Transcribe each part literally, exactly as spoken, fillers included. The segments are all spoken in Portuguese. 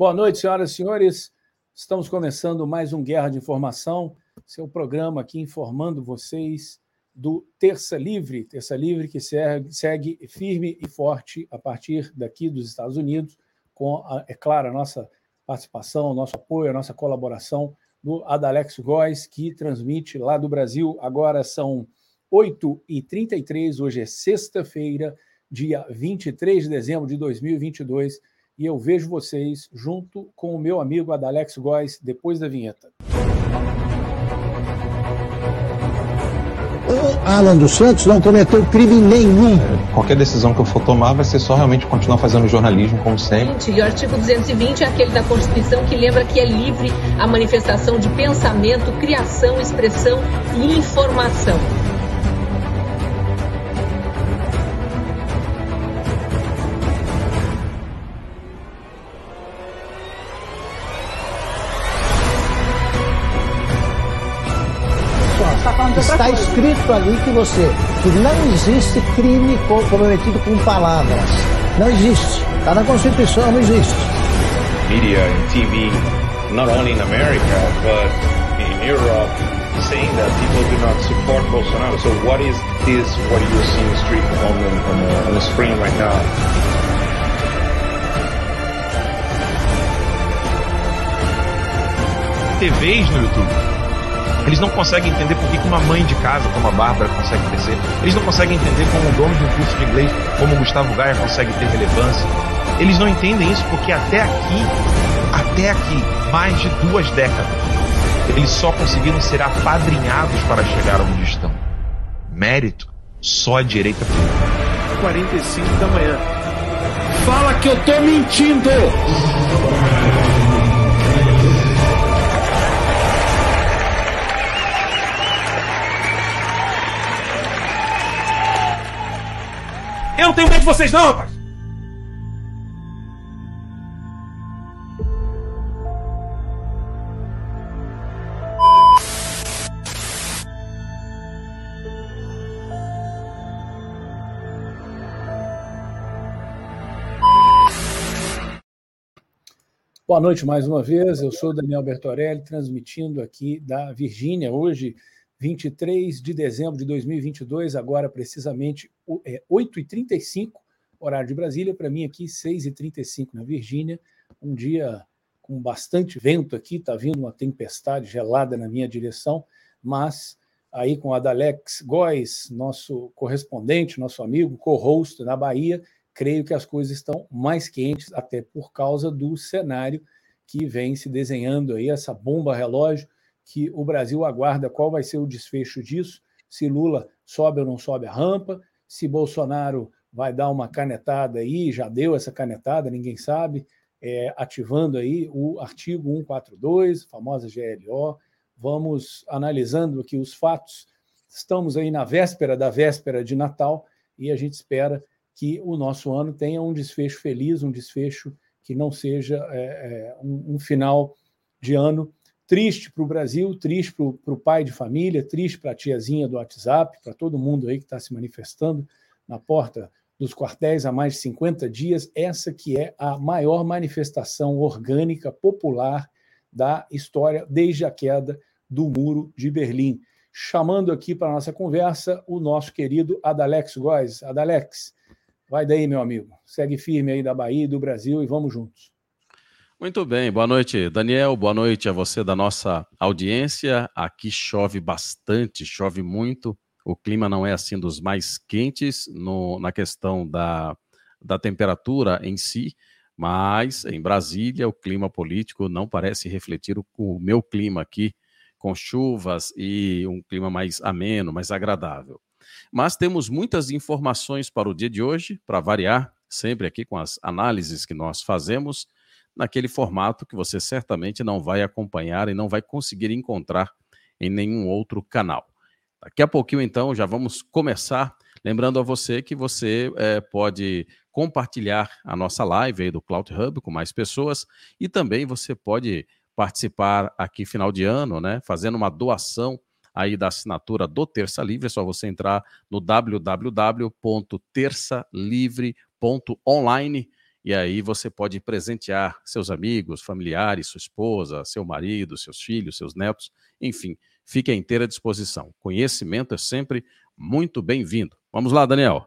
Boa noite, senhoras e senhores. Estamos começando mais um Guerra de Informação, seu programa aqui informando vocês do Terça Livre, Terça Livre que segue, segue firme e forte a partir daqui dos Estados Unidos, com, a, é claro, a nossa participação, o nosso apoio, a nossa colaboração do Adalex Góes, que transmite lá do Brasil. Agora são oito e trinta e três, hoje é sexta-feira, dia vinte e três de dezembro de dois mil e vinte e dois, e eu vejo vocês junto com o meu amigo Adalex Góes depois da vinheta. O Alan dos Santos não cometeu crime nenhum. Qualquer decisão que eu for tomar vai ser só realmente continuar fazendo jornalismo como sempre. E o artigo duzentos e vinte é aquele da Constituição que lembra que é livre a manifestação de pensamento, criação, expressão e informação. Está escrito ali que você, que não existe crime cometido com palavras. Não existe. Está na Constituição, não existe. Media and T V, not only in America, but in Europe, saying that people do not support Bolsonaro. So what is this, what you're seeing on the street, on the, on the, on the screen right now? T Vs no YouTube. Eles não conseguem entender por que uma mãe de casa como a Bárbara consegue crescer. Eles não conseguem entender como o dono de um curso de inglês, como o Gustavo Gaia, consegue ter relevância. Eles não entendem isso porque até aqui, até aqui, mais de duas décadas, eles só conseguiram ser apadrinhados para chegar onde estão. Mérito só a direita tem. quarenta e cinco da manhã. Fala que eu tô mentindo! Eu não tenho medo de vocês não, rapaz! Boa noite mais uma vez, eu sou Daniel Bertorelli, transmitindo aqui da Virgínia, hoje, vinte e três de dezembro de dois mil e vinte e dois, agora precisamente oito e trinta e cinco, horário de Brasília, para mim aqui seis e trinta e cinco na Virgínia, um dia com bastante vento aqui, está vindo uma tempestade gelada na minha direção, mas aí com o Adalex Góes, nosso correspondente, nosso amigo, co-host na Bahia, creio que as coisas estão mais quentes, até por causa do cenário que vem se desenhando aí, essa bomba relógio, que o Brasil aguarda qual vai ser o desfecho disso, se Lula sobe ou não sobe a rampa, se Bolsonaro vai dar uma canetada aí, já deu essa canetada, ninguém sabe, é, ativando aí o artigo cento e quarenta e dois, a famosa G L O. Vamos analisando aqui os fatos. Estamos aí na véspera da véspera de Natal e a gente espera que o nosso ano tenha um desfecho feliz, um desfecho que não seja é, é, um, um final de ano triste para o Brasil, triste para o pai de família, triste para a tiazinha do WhatsApp, para todo mundo aí que está se manifestando na porta dos quartéis há mais de cinquenta dias, essa que é a maior manifestação orgânica popular da história desde a queda do Muro de Berlim. Chamando aqui para a nossa conversa o nosso querido Adalex Góes. Adalex, vai daí, meu amigo. Segue firme aí da Bahia e do Brasil e vamos juntos. Muito bem, boa noite, Daniel, boa noite a você da nossa audiência. Aqui chove bastante, chove muito, o clima não é assim dos mais quentes no, na questão da, da temperatura em si, mas em Brasília o clima político não parece refletir o, o meu clima aqui, com chuvas e um clima mais ameno, mais agradável. Mas temos muitas informações para o dia de hoje, para variar, sempre aqui com as análises que nós fazemos, naquele formato que você certamente não vai acompanhar e não vai conseguir encontrar em nenhum outro canal. Daqui a pouquinho, então, já vamos começar, lembrando a você que você é, pode compartilhar a nossa live aí do Cloud Hub com mais pessoas e também você pode participar aqui final de ano, né, fazendo uma doação aí da assinatura do Terça Livre. É só você entrar no w w w ponto terça livre ponto online e aí você pode presentear seus amigos, familiares, sua esposa, seu marido, seus filhos, seus netos, enfim, fique à inteira disposição. Conhecimento é sempre muito bem-vindo. Vamos lá, Daniel.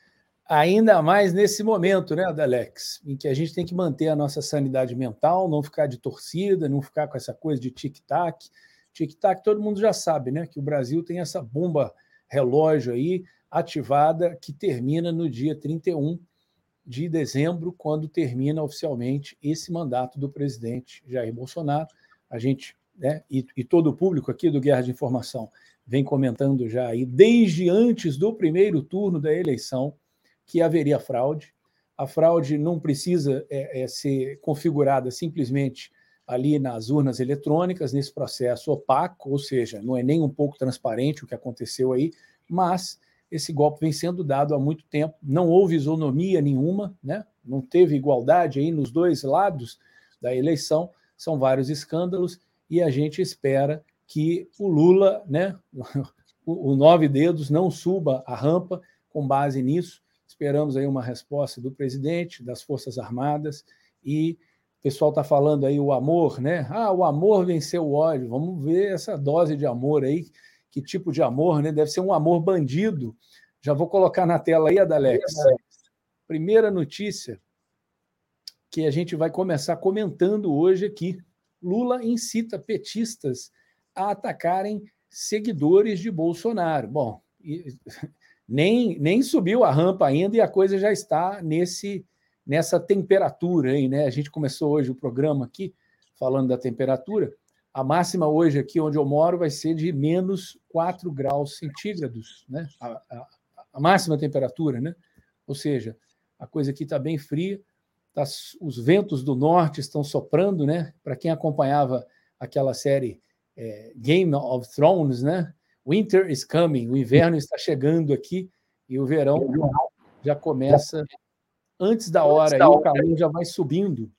Ainda mais nesse momento, né, Adalex, em que a gente tem que manter a nossa sanidade mental, não ficar de torcida, não ficar com essa coisa de tic-tac. Tic-tac todo mundo já sabe, né, que o Brasil tem essa bomba relógio aí ativada que termina no dia trinta e um de dezembro, quando termina oficialmente esse mandato do presidente Jair Bolsonaro. A gente, né, e, e todo o público aqui do Guerra de Informação vem comentando já aí, desde antes do primeiro turno da eleição, que haveria fraude. A fraude não precisa é, é, ser configurada simplesmente ali nas urnas eletrônicas, nesse processo opaco, ou seja, não é nem um pouco transparente o que aconteceu aí, mas esse golpe vem sendo dado há muito tempo, não houve isonomia nenhuma, né? Não teve igualdade aí nos dois lados da eleição, são vários escândalos, e a gente espera que o Lula, né, o, o nove dedos, não suba a rampa com base nisso. Esperamos aí uma resposta do presidente, das Forças Armadas, e o pessoal está falando aí o amor, né? Ah, o amor venceu o ódio. Vamos ver essa dose de amor aí, que tipo de amor, né? Deve ser um amor bandido. Já vou colocar na tela aí, Adalex. Primeira notícia que a gente vai começar comentando hoje aqui. Lula incita petistas a atacarem seguidores de Bolsonaro. Bom, e... Nem, nem subiu a rampa ainda e a coisa já está nesse, nessa temperatura aí, né? A gente começou hoje o programa aqui falando da temperatura. A máxima hoje aqui onde eu moro vai ser de menos quatro graus centígrados, né? A, a, a máxima temperatura, né? Ou seja, a coisa aqui está bem fria, tá, os ventos do norte estão soprando, né? Para quem acompanhava aquela série é, Game of Thrones, né? Winter is coming, o inverno está chegando aqui e o verão já começa antes da hora, aí o calor já vai subindo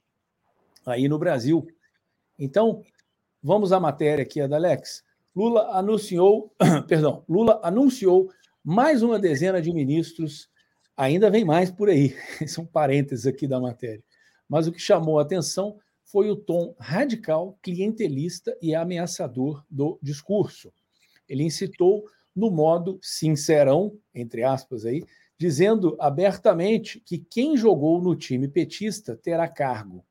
aí no Brasil. Então, vamos à matéria aqui, Adalex. Lula anunciou, perdão, Lula anunciou mais uma dezena de ministros, ainda vem mais por aí, são parênteses aqui da matéria. Mas o que chamou a atenção foi o tom radical, clientelista e ameaçador do discurso. Ele incitou no modo sincerão, entre aspas, aí, dizendo abertamente que quem jogou no time petista terá cargo.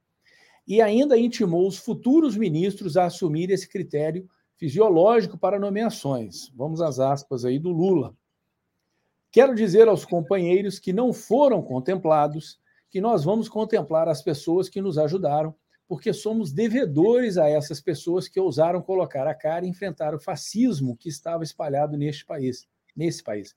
E ainda intimou os futuros ministros a assumir esse critério fisiológico para nomeações. Vamos às aspas aí do Lula. Quero dizer aos companheiros que não foram contemplados, que nós vamos contemplar as pessoas que nos ajudaram, porque somos devedores a essas pessoas que ousaram colocar a cara e enfrentar o fascismo que estava espalhado neste país, nesse país.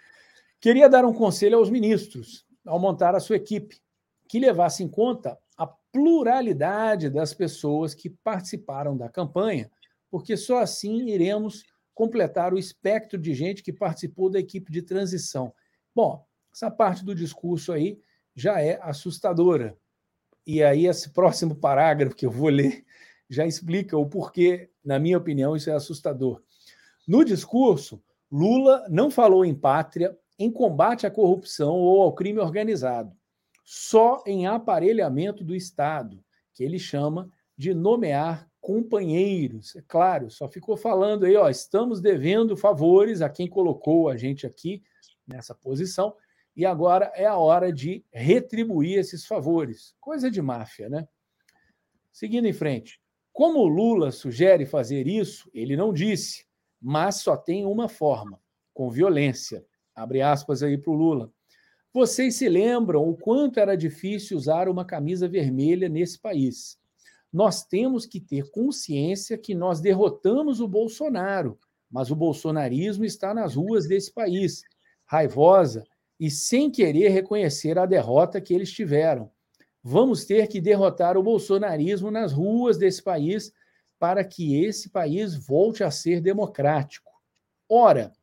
Queria dar um conselho aos ministros, ao montar a sua equipe, que levasse em conta a pluralidade das pessoas que participaram da campanha, porque só assim iremos completar o espectro de gente que participou da equipe de transição. Bom, essa parte do discurso aí já é assustadora. E aí esse próximo parágrafo que eu vou ler já explica o porquê, na minha opinião, isso é assustador. No discurso, Lula não falou em pátria, em combate à corrupção ou ao crime organizado, só em aparelhamento do Estado, que ele chama de nomear companheiros. É claro, só ficou falando aí, ó, estamos devendo favores a quem colocou a gente aqui nessa posição, e agora é a hora de retribuir esses favores. Coisa de máfia, né? Seguindo em frente. Como o Lula sugere fazer isso, ele não disse, mas só tem uma forma, com violência. Abre aspas aí para o Lula. Vocês se lembram o quanto era difícil usar uma camisa vermelha nesse país. Nós temos que ter consciência que nós derrotamos o Bolsonaro, mas o bolsonarismo está nas ruas desse país, raivosa, e sem querer reconhecer a derrota que eles tiveram. Vamos ter que derrotar o bolsonarismo nas ruas desse país para que esse país volte a ser democrático. Ora,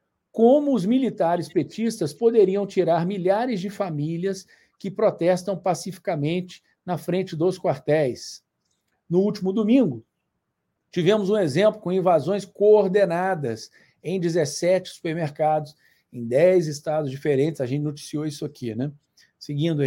como os militares petistas poderiam tirar milhares de famílias que protestam pacificamente na frente dos quartéis? No último domingo, tivemos um exemplo com invasões coordenadas em dezessete supermercados, em dez estados diferentes, a gente noticiou isso aqui, né? Seguindo aí.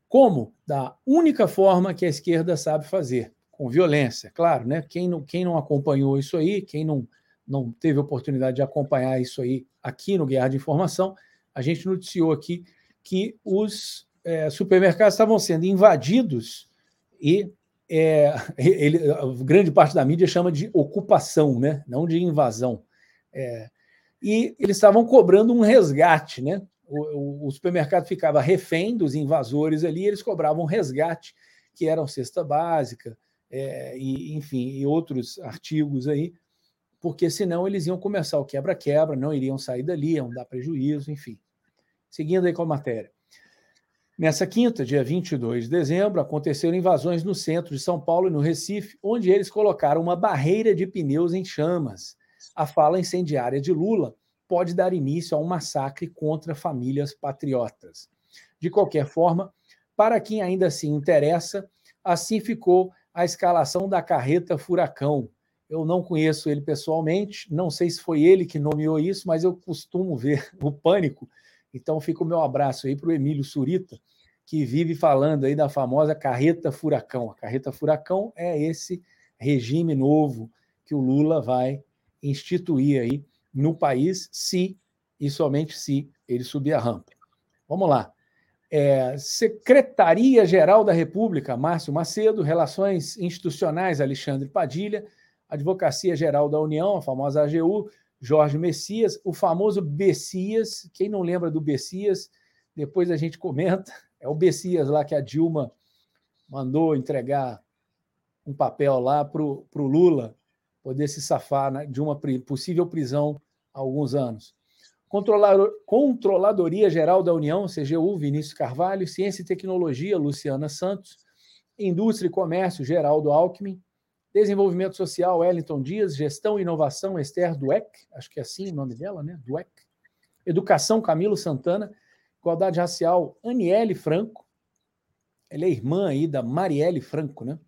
Como? Da única forma que a esquerda sabe fazer, com violência, claro, né? Quem não, quem não acompanhou isso aí, quem não, não teve oportunidade de acompanhar isso aí aqui no Guerra de Informação, a gente noticiou aqui que os é, supermercados estavam sendo invadidos e é, ele, grande parte da mídia chama de ocupação, né? Não de invasão. É, e eles estavam cobrando um resgate, né? O, o, o supermercado ficava refém dos invasores ali, e eles cobravam um resgate, que eram cesta básica, é, e, enfim, e outros artigos aí, porque senão eles iam começar o quebra-quebra, não iriam sair dali, iam dar prejuízo, enfim. Seguindo aí com a matéria. Nessa quinta, dia vinte e dois de dezembro, aconteceram invasões no centro de São Paulo e no Recife, onde eles colocaram uma barreira de pneus em chamas. A fala incendiária de Lula pode dar início a um massacre contra famílias patriotas. De qualquer forma, para quem ainda se interessa, assim ficou a escalação da carreta Furacão. Eu não conheço ele pessoalmente, não sei se foi ele que nomeou isso, mas eu costumo ver o Pânico. Então fica o meu abraço aí para o Emílio Surita, que vive falando aí da famosa carreta Furacão. A carreta Furacão é esse regime novo que o Lula vai instituir aí no país, se e somente se ele subir a rampa. Vamos lá. É, Secretaria-Geral da República, Márcio Macedo, Relações Institucionais, Alexandre Padilha, Advocacia-Geral da União, a famosa A G U, Jorge Messias, o famoso Bessias. Quem não lembra do Bessias, depois a gente comenta. É o Bessias lá que a Dilma mandou entregar um papel lá para o Lula poder se safar, né, de uma possível prisão há alguns anos. Controladoria Geral da União, C G U, Vinícius Carvalho, Ciência e Tecnologia, Luciana Santos, Indústria e Comércio, Geraldo Alckmin, Desenvolvimento Social, Wellington Dias, Gestão e Inovação, Esther Dweck, acho que é assim o nome dela, né? Dweck. Educação, Camilo Santana, Igualdade Racial, Aniele Franco, ela é irmã aí da Marielle Franco, né?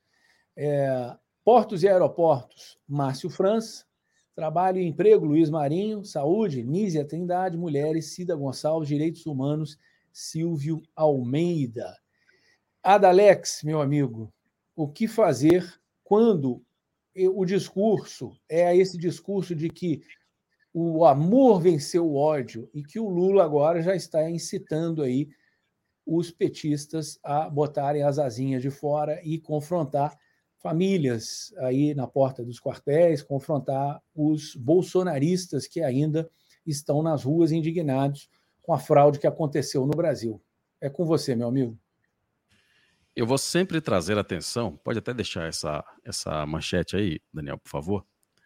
É, Portos e Aeroportos, Márcio França, Trabalho e Emprego, Luiz Marinho, Saúde, Nízia Trindade, Mulheres, Cida Gonçalves, Direitos Humanos, Silvio Almeida. Adalex, meu amigo, o que fazer quando o discurso é esse discurso de que o amor venceu o ódio e que o Lula agora já está incitando aí os petistas a botarem as asinhas de fora e confrontar famílias aí na porta dos quartéis, confrontar os bolsonaristas que ainda estão nas ruas indignados com a fraude que aconteceu no Brasil. É com você, meu amigo. Eu vou sempre trazer atenção, pode até deixar essa, essa manchete aí, Daniel, por favor,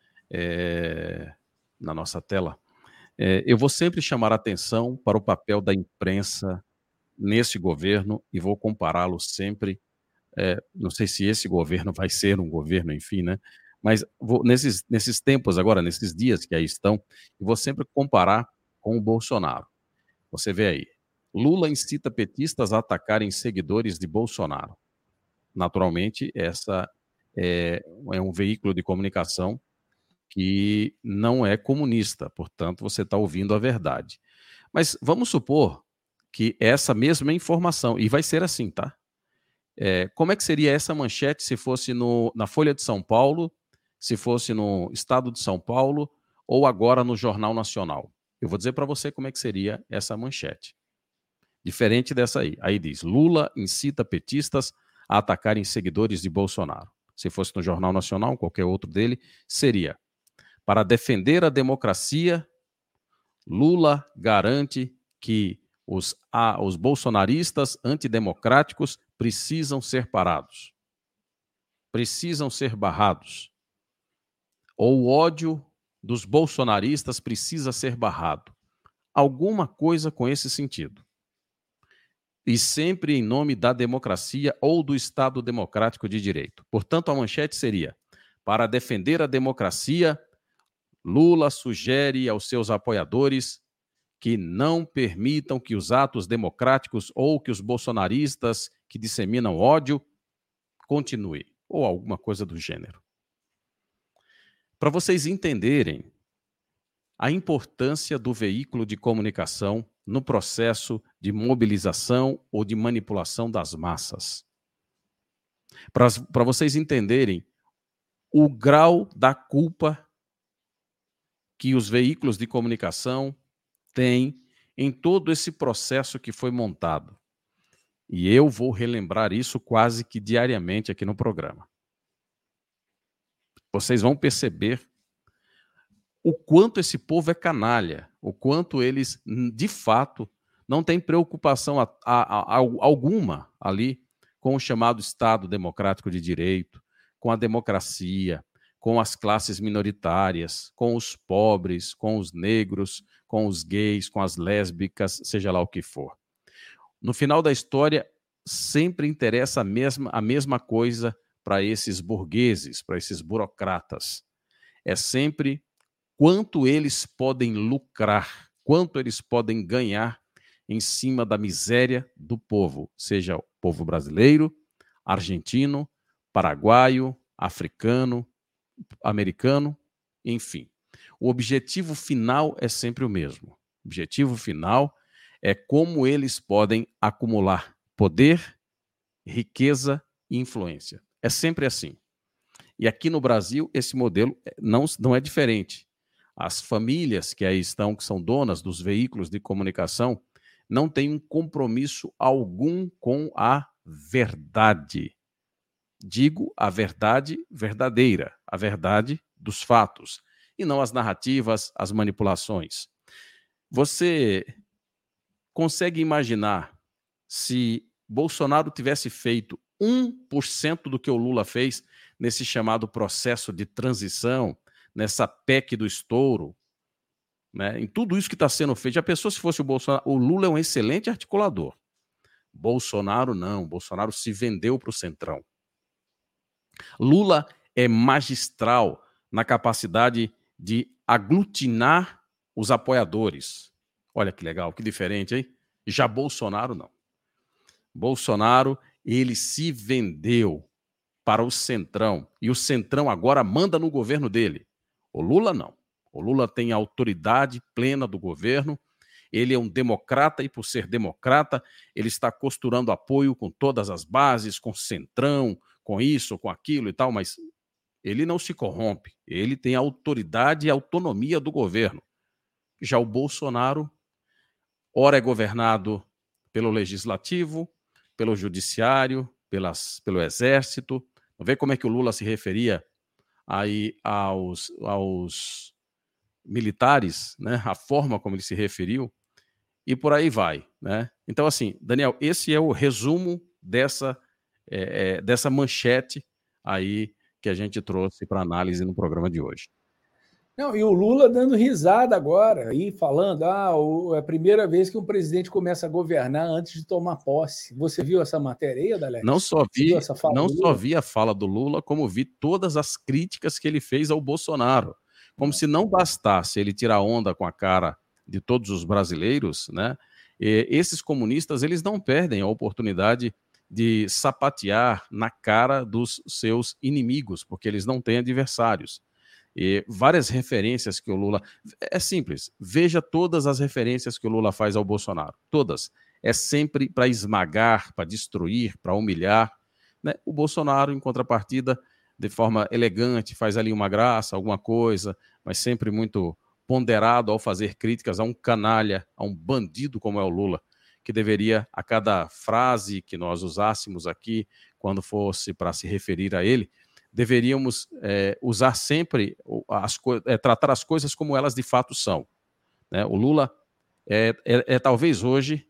é, na nossa tela. É, eu vou sempre chamar atenção para o papel da imprensa nesse governo e vou compará-lo sempre, é, não sei se esse governo vai ser um governo, enfim, né? Mas vou, nesses, nesses tempos agora, nesses dias que aí estão, eu vou sempre comparar com o Bolsonaro. Você vê aí, Lula incita petistas a atacarem seguidores de Bolsonaro. Naturalmente, essa é, é um veículo de comunicação que não é comunista, portanto, você está ouvindo a verdade. Mas vamos supor que essa mesma informação, e vai ser assim, tá? É, como é que seria essa manchete se fosse no, na Folha de São Paulo, se fosse no Estado de São Paulo, ou agora no Jornal Nacional? Eu vou dizer para você como é que seria essa manchete. Diferente dessa aí. Aí diz, Lula incita petistas a atacarem seguidores de Bolsonaro. Se fosse no Jornal Nacional, qualquer outro dele, seria, para defender a democracia, Lula garante que os, ah, os bolsonaristas antidemocráticos precisam ser parados. Precisam ser barrados. Ou o ódio dos bolsonaristas precisa ser barrado. Alguma coisa com esse sentido. E sempre em nome da democracia ou do Estado Democrático de Direito. Portanto, a manchete seria, para defender a democracia, Lula sugere aos seus apoiadores que não permitam que os atos democráticos ou que os bolsonaristas que disseminam ódio continuem, ou alguma coisa do gênero. Para vocês entenderem a importância do veículo de comunicação no processo de mobilização ou de manipulação das massas. Para vocês entenderem o grau da culpa que os veículos de comunicação têm em todo esse processo que foi montado. E eu vou relembrar isso quase que diariamente aqui no programa. Vocês vão perceber o quanto esse povo é canalha, o quanto eles, de fato, não têm preocupação a, a, a, alguma ali com o chamado Estado Democrático de Direito, com a democracia, com as classes minoritárias, com os pobres, com os negros, com os gays, com as lésbicas, seja lá o que for. No final da história, sempre interessa a mesma, a mesma coisa para esses burgueses, para esses burocratas. É sempre quanto eles podem lucrar, quanto eles podem ganhar em cima da miséria do povo, seja o povo brasileiro, argentino, paraguaio, africano, americano, enfim. O objetivo final é sempre o mesmo. O objetivo final é como eles podem acumular poder, riqueza e influência. É sempre assim. E aqui no Brasil, esse modelo não, não é diferente. As famílias que aí estão, que são donas dos veículos de comunicação, não têm um compromisso algum com a verdade. Digo a verdade verdadeira, a verdade dos fatos, e não as narrativas, as manipulações. Você consegue imaginar se Bolsonaro tivesse feito um por cento do que o Lula fez nesse chamado processo de transição, nessa P E C do estouro, né? Em tudo isso que está sendo feito? Já pensou se fosse o Bolsonaro? O Lula é um excelente articulador. Bolsonaro não. Bolsonaro se vendeu para o Centrão. Lula é magistral na capacidade de aglutinar os apoiadores. Olha que legal, que diferente, hein? Já Bolsonaro não. Bolsonaro, ele se vendeu para o Centrão. E o Centrão agora manda no governo dele. O Lula não. O Lula tem a autoridade plena do governo. Ele é um democrata e, por ser democrata, ele está costurando apoio com todas as bases, com o Centrão, com isso, com aquilo e tal, mas ele não se corrompe. Ele tem a autoridade e a autonomia do governo. Já o Bolsonaro, ora é governado pelo Legislativo, pelo Judiciário, pelas, pelo Exército. Vamos ver como é que o Lula se referia aí aos, aos militares, né? A forma como ele se referiu, e por aí vai, né? Então, assim, Daniel, esse é o resumo dessa, é, é, dessa manchete aí que a gente trouxe para análise no programa de hoje. Não, e o Lula dando risada agora, aí falando, ah, o, é a primeira vez que um presidente começa a governar antes de tomar posse. Você viu essa matéria aí, Adalex? Não só vi, não só vi a fala do Lula, como vi todas as críticas que ele fez ao Bolsonaro. Como é. se não bastasse ele tirar onda com a cara de todos os brasileiros, né? E esses comunistas, eles não perdem a oportunidade de sapatear na cara dos seus inimigos, porque eles não têm adversários. E várias referências que o Lula... É simples, veja todas as referências que o Lula faz ao Bolsonaro. Todas. É sempre para esmagar, para destruir, para humilhar, né? O Bolsonaro, em contrapartida, de forma elegante, faz ali uma graça, alguma coisa, mas sempre muito ponderado ao fazer críticas a um canalha, a um bandido como é o Lula, que deveria, a cada frase que nós usássemos aqui, quando fosse para se referir a ele, deveríamos é, usar sempre, as é, tratar as coisas como elas de fato são, né? O Lula é, é, é talvez hoje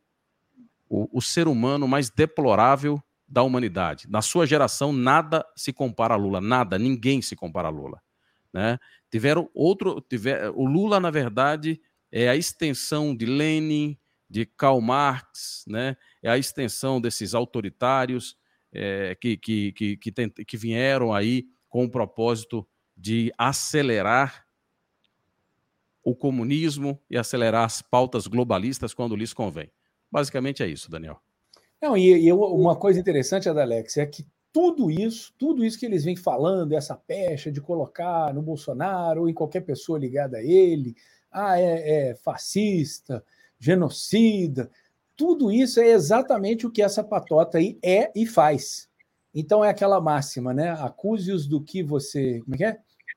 o, o ser humano mais deplorável da humanidade. Na sua geração, nada se compara a Lula, nada, ninguém se compara a Lula, né? Tiveram outro, tiver, o Lula, na verdade, é a extensão de Lenin, de Karl Marx, né? É a extensão desses autoritários, É, que, que, que, que, tem, que vieram aí com o propósito de acelerar o comunismo e acelerar as pautas globalistas quando lhes convém. Basicamente é isso, Daniel. Não, e, e uma coisa interessante, Adalex, é que tudo isso, tudo isso que eles vêm falando, essa pecha de colocar no Bolsonaro ou em qualquer pessoa ligada a ele, ah, é, é fascista, genocida. Tudo isso é exatamente o que essa patota aí é e faz. Então é aquela máxima, né? Acuse-os do que você... Como é que é?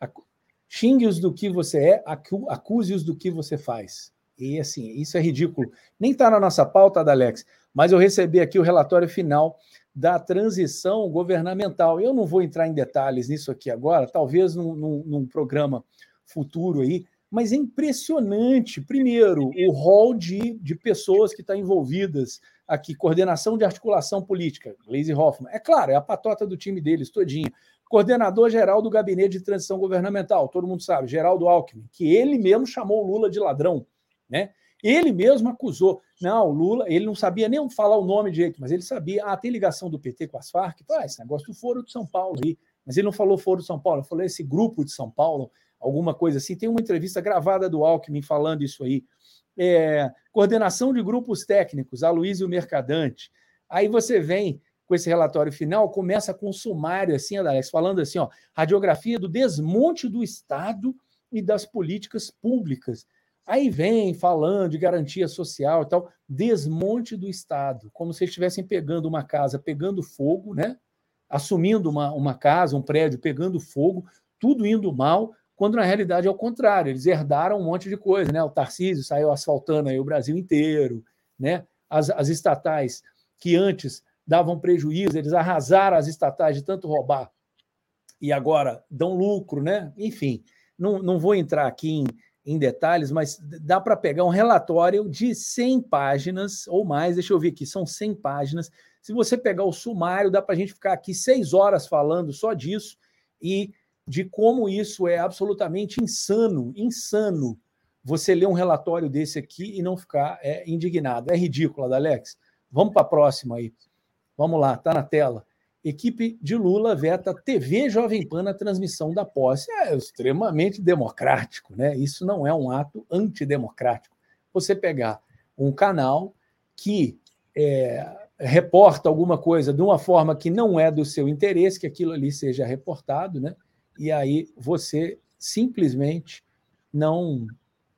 Xingue-os do que você é, acuse-os do que você faz. E, assim, isso é ridículo. Nem está na nossa pauta, Adalex, mas eu recebi aqui o relatório final da transição governamental. Eu não vou entrar em detalhes nisso aqui agora, talvez num, num, num programa futuro aí, mas é impressionante. Primeiro, o rol de, de pessoas que estão envolvidas aqui, coordenação de articulação política, Gleisi Hoffmann. É claro, é a patota do time deles, todinha. Coordenador-geral do Gabinete de Transição Governamental, todo mundo sabe, Geraldo Alckmin, que ele mesmo chamou o Lula de ladrão, né? Ele mesmo acusou. Não, o Lula, ele não sabia nem falar o nome direito, mas ele sabia. Ah, tem ligação do P T com as Farc? Ah, esse negócio do Foro de São Paulo aí. Mas ele não falou Foro de São Paulo, ele falou esse grupo de São Paulo, alguma coisa assim. Tem uma entrevista gravada do Alckmin falando isso aí. É, coordenação de grupos técnicos, Aloysio Mercadante. Aí você vem com esse relatório final, começa com um sumário, assim, Alex, falando assim, ó, radiografia do desmonte do Estado e das políticas públicas. Aí vem falando de garantia social e tal, desmonte do Estado, como se eles estivessem pegando uma casa, pegando fogo, né? Assumindo uma, uma casa, um prédio, pegando fogo, tudo indo mal, quando na realidade é o contrário, eles herdaram um monte de coisa, né? O Tarcísio saiu asfaltando aí o Brasil inteiro, né? As, as estatais que antes davam prejuízo, eles arrasaram as estatais de tanto roubar e agora dão lucro, né? Enfim, não, não vou entrar aqui em, em detalhes, mas dá para pegar um relatório de cem páginas ou mais, deixa eu ver aqui, são cem páginas. Se você pegar o sumário, dá para a gente ficar aqui seis horas falando só disso e de como isso é absolutamente insano, insano, você ler um relatório desse aqui e não ficar é, indignado. É ridículo, Alex. Vamos para a próxima aí. Vamos lá, está na tela. Equipe de Lula veta T V Jovem Pan na transmissão da posse. É extremamente democrático, né? Isso não é um ato antidemocrático. Você pegar um canal que é, reporta alguma coisa de uma forma que não é do seu interesse, que aquilo ali seja reportado, né? E aí você simplesmente não,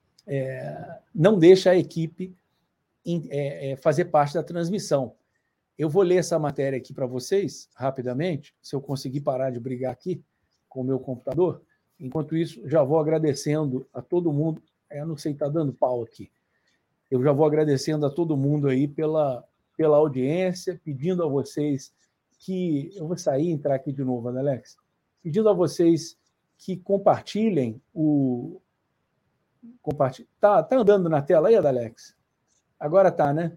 é, não deixa a equipe em, é, é, fazer parte da transmissão. Eu vou ler essa matéria aqui para vocês, rapidamente, se eu conseguir parar de brigar aqui com o meu computador. Enquanto isso, já vou agradecendo a todo mundo. Eu não sei, está dando pau aqui. Eu já vou agradecendo a todo mundo aí pela, pela audiência, pedindo a vocês que... Eu vou sair e entrar aqui de novo, né, Alex? Pedindo a vocês que compartilhem o... Compartilhe... Tá, tá andando na tela aí, Alex? Agora tá, né?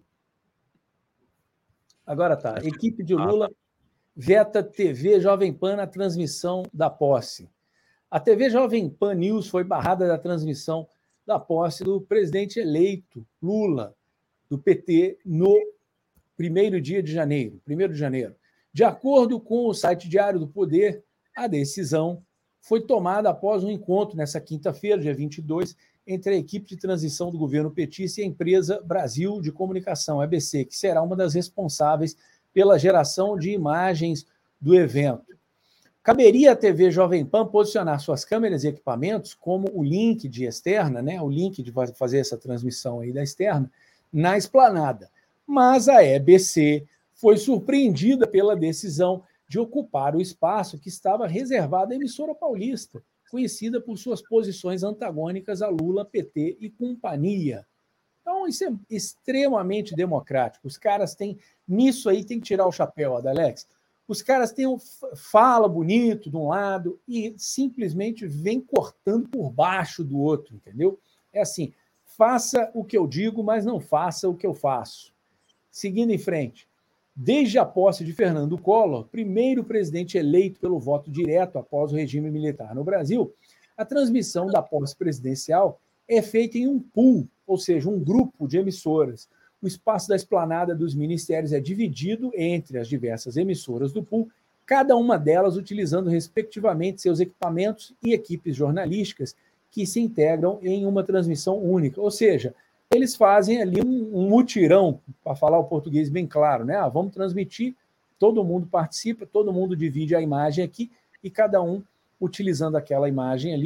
Agora tá. Equipe de Lula veta T V Jovem Pan na transmissão da posse. A T V Jovem Pan News foi barrada da transmissão da posse do presidente eleito Lula, do P T, no primeiro dia de janeiro, primeiro de janeiro. De acordo com o site Diário do Poder, a decisão foi tomada após um encontro nessa quinta-feira, dia vinte e dois, entre a equipe de transição do governo petista e a empresa Brasil de Comunicação, A B C, que será uma das responsáveis pela geração de imagens do evento. Caberia à T V Jovem Pan posicionar suas câmeras e equipamentos como o link de externa, né, o link de fazer essa transmissão aí da externa, na esplanada. Mas a A B C foi surpreendida pela decisão de ocupar o espaço que estava reservado à emissora paulista, conhecida por suas posições antagônicas a Lula, P T e companhia. Então, isso é extremamente democrático. Os caras têm... Nisso aí tem que tirar o chapéu, Adalex. Os caras têm um fala bonito de um lado e simplesmente vem cortando por baixo do outro, entendeu? É assim, faça o que eu digo, mas não faça o que eu faço. Seguindo em frente. Desde a posse de Fernando Collor, primeiro presidente eleito pelo voto direto após o regime militar no Brasil, a transmissão da posse presidencial é feita em um pool, ou seja, um grupo de emissoras. O espaço da esplanada dos ministérios é dividido entre as diversas emissoras do pool, cada uma delas utilizando respectivamente seus equipamentos e equipes jornalísticas que se integram em uma transmissão única. Ou seja, eles fazem ali um, um mutirão, para falar o português bem claro, né? Ah, vamos transmitir, todo mundo participa, todo mundo divide a imagem aqui e cada um utilizando aquela imagem ali.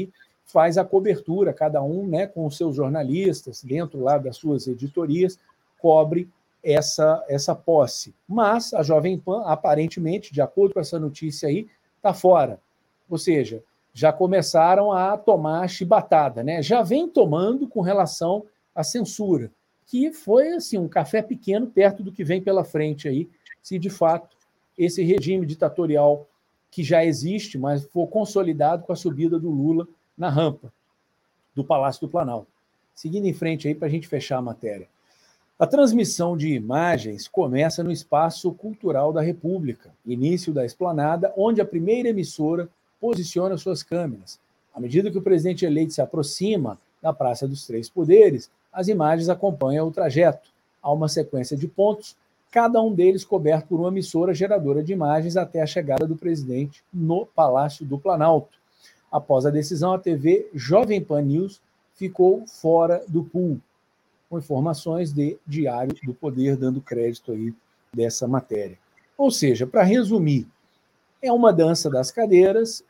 faz a cobertura, cada um, né, com os seus jornalistas, dentro lá das suas editorias, cobre essa, essa posse. Mas a Jovem Pan, aparentemente, de acordo com essa notícia aí, está fora. Ou seja, já começaram a tomar chibatada, né? Já vem tomando com relação à censura, que foi assim, um café pequeno perto do que vem pela frente aí, se de fato esse regime ditatorial que já existe, mas foi consolidado com a subida do Lula na rampa do Palácio do Planalto. Seguindo em frente aí para a gente fechar a matéria. A transmissão de imagens começa no Espaço Cultural da República, início da esplanada, onde a primeira emissora posiciona suas câmeras. À medida que o presidente eleito se aproxima da Praça dos Três Poderes, as imagens acompanham o trajeto. Há uma sequência de pontos, cada um deles coberto por uma emissora geradora de imagens até a chegada do presidente no Palácio do Planalto. Após a decisão, a T V Jovem Pan News ficou fora do pool, com informações de Diário do Poder, dando crédito aí dessa matéria. Ou seja, para resumir, é uma dança das cadeiras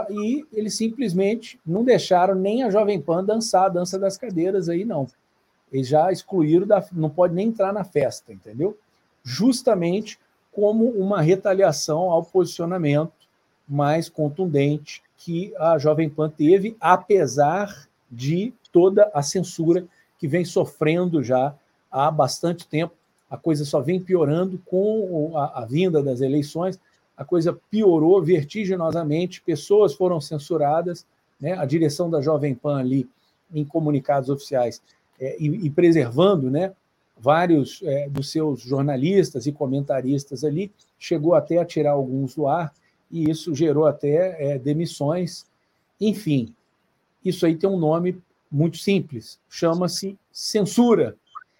e eles simplesmente não deixaram nem a Jovem Pan dançar a dança das cadeiras aí, não. Eles já excluíram, da, não pode nem entrar na festa, entendeu? Justamente como uma retaliação ao posicionamento mais contundente que a Jovem Pan teve, apesar de toda a censura que vem sofrendo já há bastante tempo. A coisa só vem piorando com a, a vinda das eleições, a coisa piorou vertiginosamente, pessoas foram censuradas, né? A direção da Jovem Pan ali, em comunicados oficiais, é, e, e preservando, né, vários é, dos seus jornalistas e comentaristas ali, chegou até a tirar alguns do ar, e isso gerou até é, demissões. Enfim, isso aí tem um nome muito simples, chama-se censura.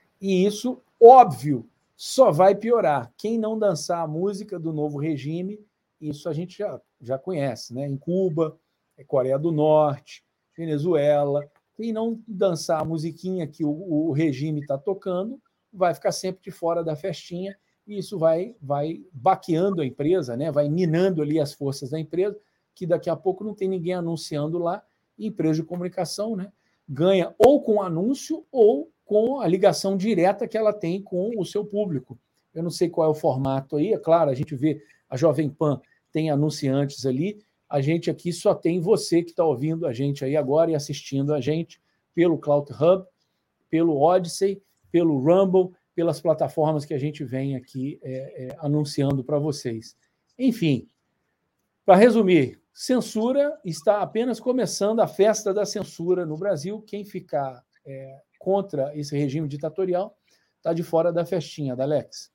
E isso, óbvio, só vai piorar. Quem não dançar a música do novo regime, isso a gente já, já conhece, né? Em Cuba, Coreia do Norte, Venezuela, quem não dançar a musiquinha que o, o regime está tocando, vai ficar sempre de fora da festinha, e isso vai, vai baqueando a empresa, né? Vai minando ali as forças da empresa, que daqui a pouco não tem ninguém anunciando lá, e empresa de comunicação, né, ganha ou com anúncio ou com a ligação direta que ela tem com o seu público. Eu não sei qual é o formato aí, é claro, a gente vê a Jovem Pan tem anunciantes ali, a gente aqui só tem você que está ouvindo a gente aí agora e assistindo a gente pelo Cloud Hub, pelo Odyssey, pelo Rumble, pelas plataformas que a gente vem aqui é, é, anunciando para vocês. Enfim, para resumir, censura está apenas começando, a festa da censura no Brasil. Quem ficar é, contra esse regime ditatorial está de fora da festinha, da Alex.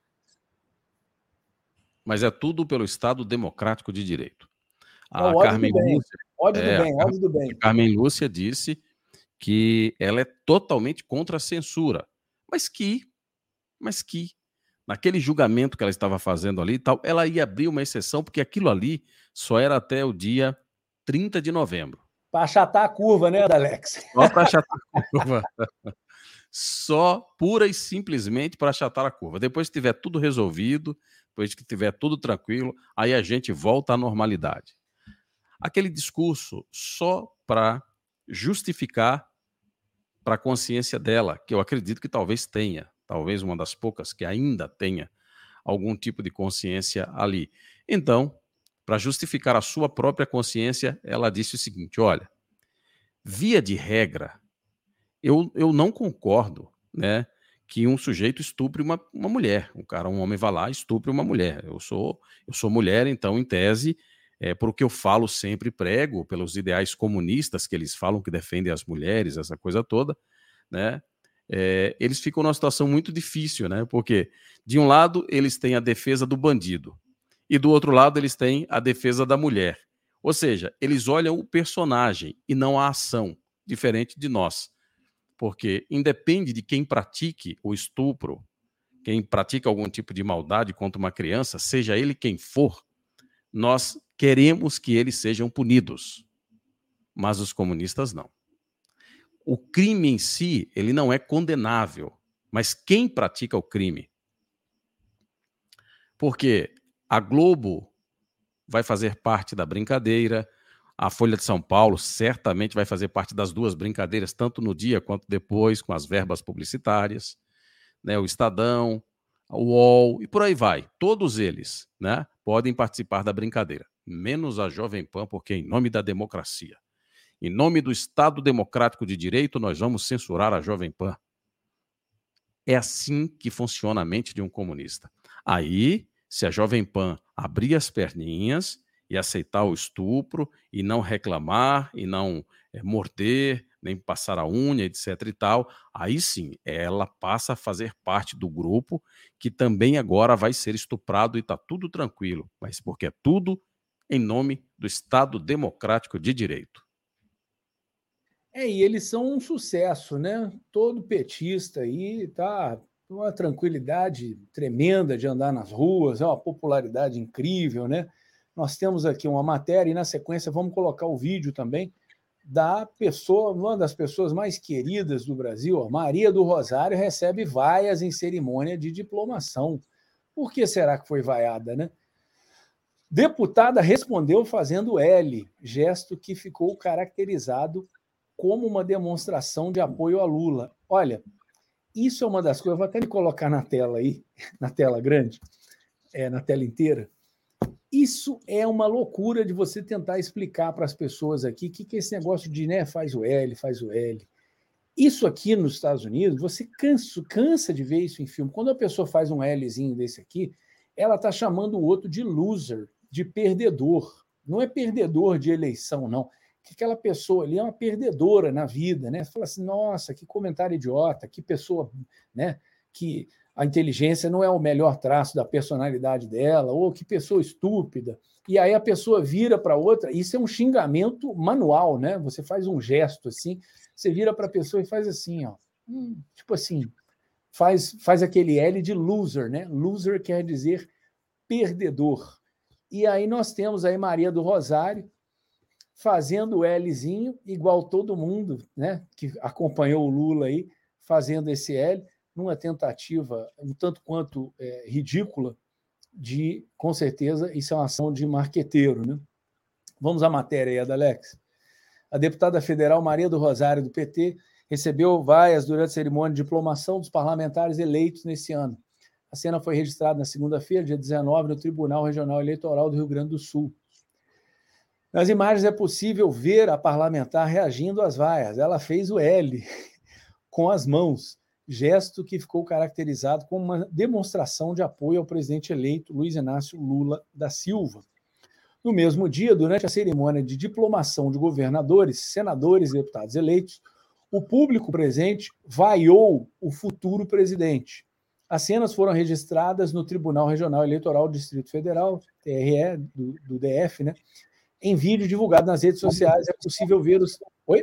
Mas é tudo pelo Estado Democrático de Direito. A Não, Carmen do bem, Lúcia, ódio é, do bem, a, ódio do bem. A Carmen Lúcia disse que ela é totalmente contra a censura, mas que, mas que naquele julgamento que ela estava fazendo ali, tal, ela ia abrir uma exceção, porque aquilo ali só era até o dia trinta de novembro. Para achatar a curva, né, Alex? Só para achatar a curva. Só pura e simplesmente para achatar a curva. Depois que tiver tudo resolvido, depois que tiver tudo tranquilo, aí a gente volta à normalidade. Aquele discurso só para justificar para a consciência dela, que eu acredito que talvez tenha, talvez uma das poucas que ainda tenha algum tipo de consciência ali. Então, para justificar a sua própria consciência, ela disse o seguinte: olha, via de regra, eu, eu não concordo, né, que um sujeito estupre uma, uma mulher. Um cara, um homem vai lá e estupre uma mulher. Eu sou, eu sou mulher, então, em tese, é, por o que eu falo sempre, prego, pelos ideais comunistas que eles falam que defendem as mulheres, essa coisa toda, né, é, eles ficam numa situação muito difícil, né, porque, de um lado, eles têm a defesa do bandido, e do outro lado, eles têm a defesa da mulher. Ou seja, eles olham o personagem e não a ação, diferente de nós. Porque independe de quem pratique o estupro, quem pratica algum tipo de maldade contra uma criança, seja ele quem for, nós queremos que eles sejam punidos. Mas os comunistas não. O crime em si, ele não é condenável, mas quem pratica o crime? Porque a Globo vai fazer parte da brincadeira, A Folha de São Paulo certamente vai fazer parte das duas brincadeiras, tanto no dia quanto depois, com as verbas publicitárias, né? O Estadão, o U O L e por aí vai. Todos eles, né, podem participar da brincadeira, menos a Jovem Pan, porque em nome da democracia, em nome do Estado Democrático de Direito, nós vamos censurar a Jovem Pan. É assim que funciona a mente de um comunista. Aí, se a Jovem Pan abrir as perninhas e aceitar o estupro, e não reclamar, e não é, morder, nem passar a unha, etc e tal, aí sim, ela passa a fazer parte do grupo que também agora vai ser estuprado e está tudo tranquilo, mas porque é tudo em nome do Estado Democrático de Direito. É, e eles são um sucesso, né? Todo petista aí tá uma tranquilidade tremenda de andar nas ruas, é uma popularidade incrível, né? Nós temos aqui uma matéria e, na sequência, vamos colocar o vídeo também da pessoa, uma das pessoas mais queridas do Brasil, a Maria do Rosário, recebe vaias em cerimônia de diplomação. Por que será que foi vaiada, né? Deputada respondeu fazendo L, gesto que ficou caracterizado como uma demonstração de apoio a Lula. Olha, isso é uma das coisas, eu vou até me colocar na tela aí, na tela grande, é, na tela inteira. Isso é uma loucura de você tentar explicar para as pessoas aqui o que, que é esse negócio de, né, faz o L, faz o L. Isso aqui nos Estados Unidos, você cansa, cansa de ver isso em filme. Quando a pessoa faz um Lzinho desse aqui, ela está chamando o outro de loser, de perdedor. Não é perdedor de eleição, não. Que aquela pessoa ali é uma perdedora na vida, né? Você fala assim, nossa, que comentário idiota, que pessoa, né, que a inteligência não é o melhor traço da personalidade dela, ou que pessoa estúpida. E aí a pessoa vira para outra, isso é um xingamento manual, né? Você faz um gesto assim, você vira para a pessoa e faz assim, ó, hum, tipo assim, faz, faz aquele L de loser, né? Loser quer dizer perdedor. E aí nós temos aí Maria do Rosário fazendo o Lzinho, igual todo mundo, né, que acompanhou o Lula aí, fazendo esse L, numa tentativa um tanto quanto é, ridícula de, com certeza, isso é uma ação de marqueteiro, né? Vamos à matéria aí, Adalex. A deputada federal Maria do Rosário, do P T, recebeu vaias durante a cerimônia de diplomação dos parlamentares eleitos nesse ano. A cena foi registrada na segunda-feira, dia dezenove, no Tribunal Regional Eleitoral do Rio Grande do Sul. Nas imagens é possível ver a parlamentar reagindo às vaias. Ela fez o L com as mãos, gesto que ficou caracterizado como uma demonstração de apoio ao presidente eleito Luiz Inácio Lula da Silva. No mesmo dia, durante a cerimônia de diplomação de governadores, senadores e deputados eleitos, o público presente vaiou o futuro presidente. As cenas foram registradas no Tribunal Regional Eleitoral do Distrito Federal, T R E, do, do D F, né? Em vídeo divulgado nas redes sociais, é possível ver os... Oi?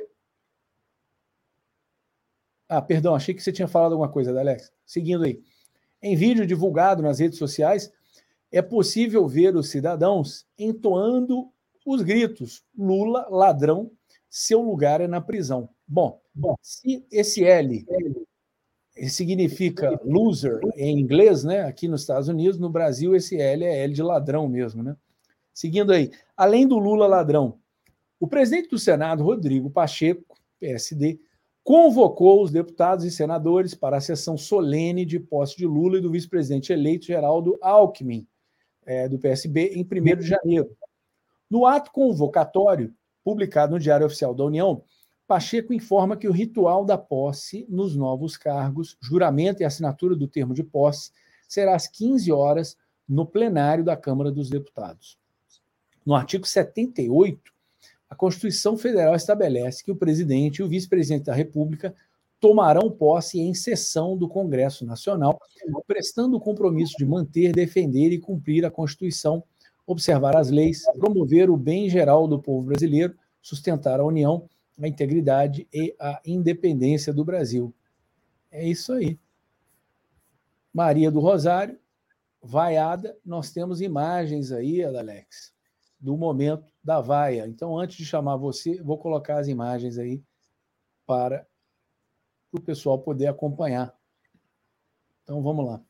Ah, perdão, achei que você tinha falado alguma coisa, Alex. Seguindo aí. Em vídeo divulgado nas redes sociais, é possível ver os cidadãos entoando os gritos: Lula, ladrão, seu lugar é na prisão. Bom, bom, se esse L significa loser em inglês, né? Aqui nos Estados Unidos, no Brasil, esse L é L de ladrão mesmo, né? Seguindo aí, além do Lula ladrão, o presidente do Senado, Rodrigo Pacheco, P S D, convocou os deputados e senadores para a sessão solene de posse de Lula e do vice-presidente eleito Geraldo Alckmin, é, do P S B, em primeiro de janeiro. No ato convocatório, publicado no Diário Oficial da União, Pacheco informa que o ritual da posse nos novos cargos, juramento e assinatura do termo de posse, será às quinze horas no plenário da Câmara dos Deputados. No artigo setenta e oito, a Constituição Federal estabelece que o presidente e o vice-presidente da República tomarão posse em sessão do Congresso Nacional, prestando o compromisso de manter, defender e cumprir a Constituição, observar as leis, promover o bem geral do povo brasileiro, sustentar a união, a integridade e a independência do Brasil. É isso aí. Maria do Rosário, vaiada, nós temos imagens aí, Alex, do momento da vaia. Então, antes de chamar você, vou colocar as imagens aí para o pessoal poder acompanhar. Então, vamos lá.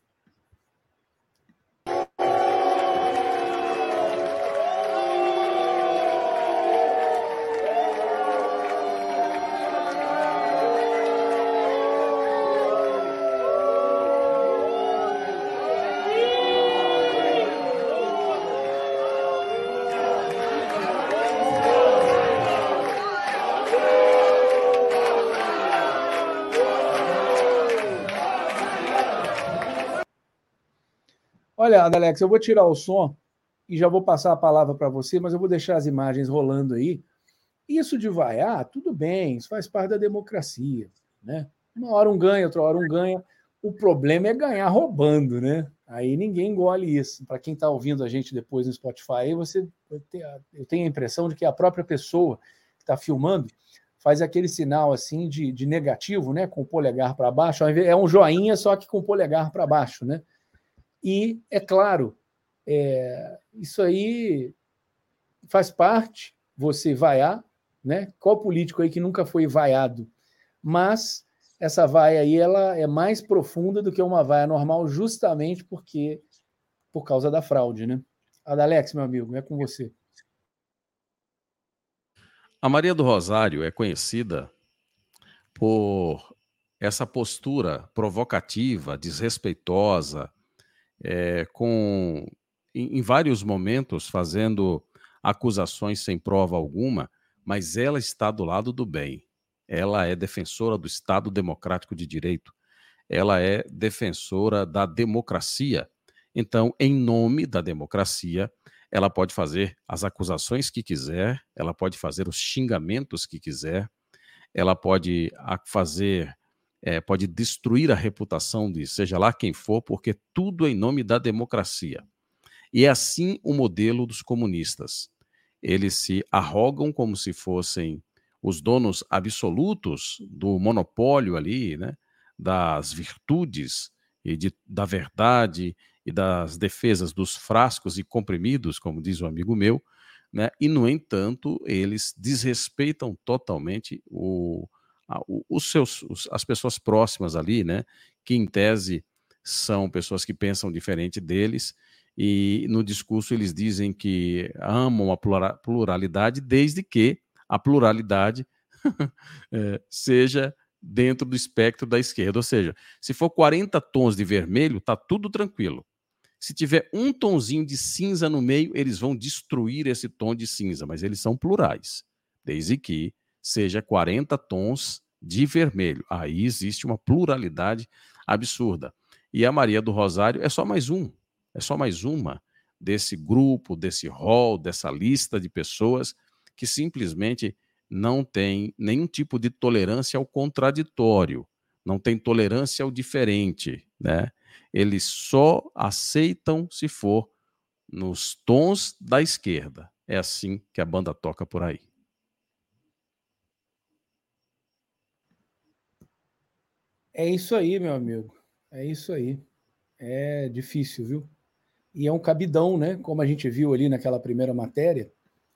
Olha, Alex, eu vou tirar o som e já vou passar a palavra para você, mas eu vou deixar as imagens rolando aí. Isso de vaiar, tudo bem, isso faz parte da democracia, né? Uma hora um ganha, outra hora um ganha. O problema é ganhar roubando, né? Aí ninguém engole isso. Para quem está ouvindo a gente depois no Spotify, você eu tenho a impressão de que a própria pessoa que está filmando faz aquele sinal assim de, de negativo, né? Com o polegar para baixo. É um joinha, só que com o polegar para baixo, né? E, é claro, é, isso aí faz parte, você vaiar, né? Qual político aí que nunca foi vaiado? Mas essa vaia aí ela é mais profunda do que uma vaia normal, justamente porque por causa da fraude, né? Adalex, meu amigo, é com você. A Maria do Rosário é conhecida por essa postura provocativa, desrespeitosa, é, com em, em vários momentos fazendo acusações sem prova alguma, mas ela está do lado do bem. Ela é defensora do Estado Democrático de Direito. Ela é defensora da democracia. Então, em nome da democracia, ela pode fazer as acusações que quiser, ela pode fazer os xingamentos que quiser, ela pode fazer, é, pode destruir a reputação de seja lá quem for, porque tudo é em nome da democracia. E é assim o modelo dos comunistas. Eles se arrogam como se fossem os donos absolutos do monopólio ali, né, das virtudes e de, da verdade e das defesas dos frascos e comprimidos, como diz um amigo meu, né, e, no entanto, eles desrespeitam totalmente o, a, o, os seus, os, as pessoas próximas ali, né, que, em tese, são pessoas que pensam diferente deles, e no discurso eles dizem que amam a pluralidade, desde que a pluralidade é, seja dentro do espectro da esquerda. Ou seja, se for quarenta tons de vermelho, está tudo tranquilo. Se tiver um tonzinho de cinza no meio, eles vão destruir esse tom de cinza, mas eles são plurais, desde que seja quarenta tons de vermelho. Aí existe uma pluralidade absurda. E a Maria do Rosário é só mais um. É só mais uma desse grupo, desse rol, dessa lista de pessoas que simplesmente não tem nenhum tipo de tolerância ao contraditório, não tem tolerância ao diferente, né? Eles só aceitam se for nos tons da esquerda. É assim que a banda toca por aí. É isso aí, meu amigo. É isso aí. É difícil, viu? E é um cabidão, né? Como a gente viu ali naquela primeira matéria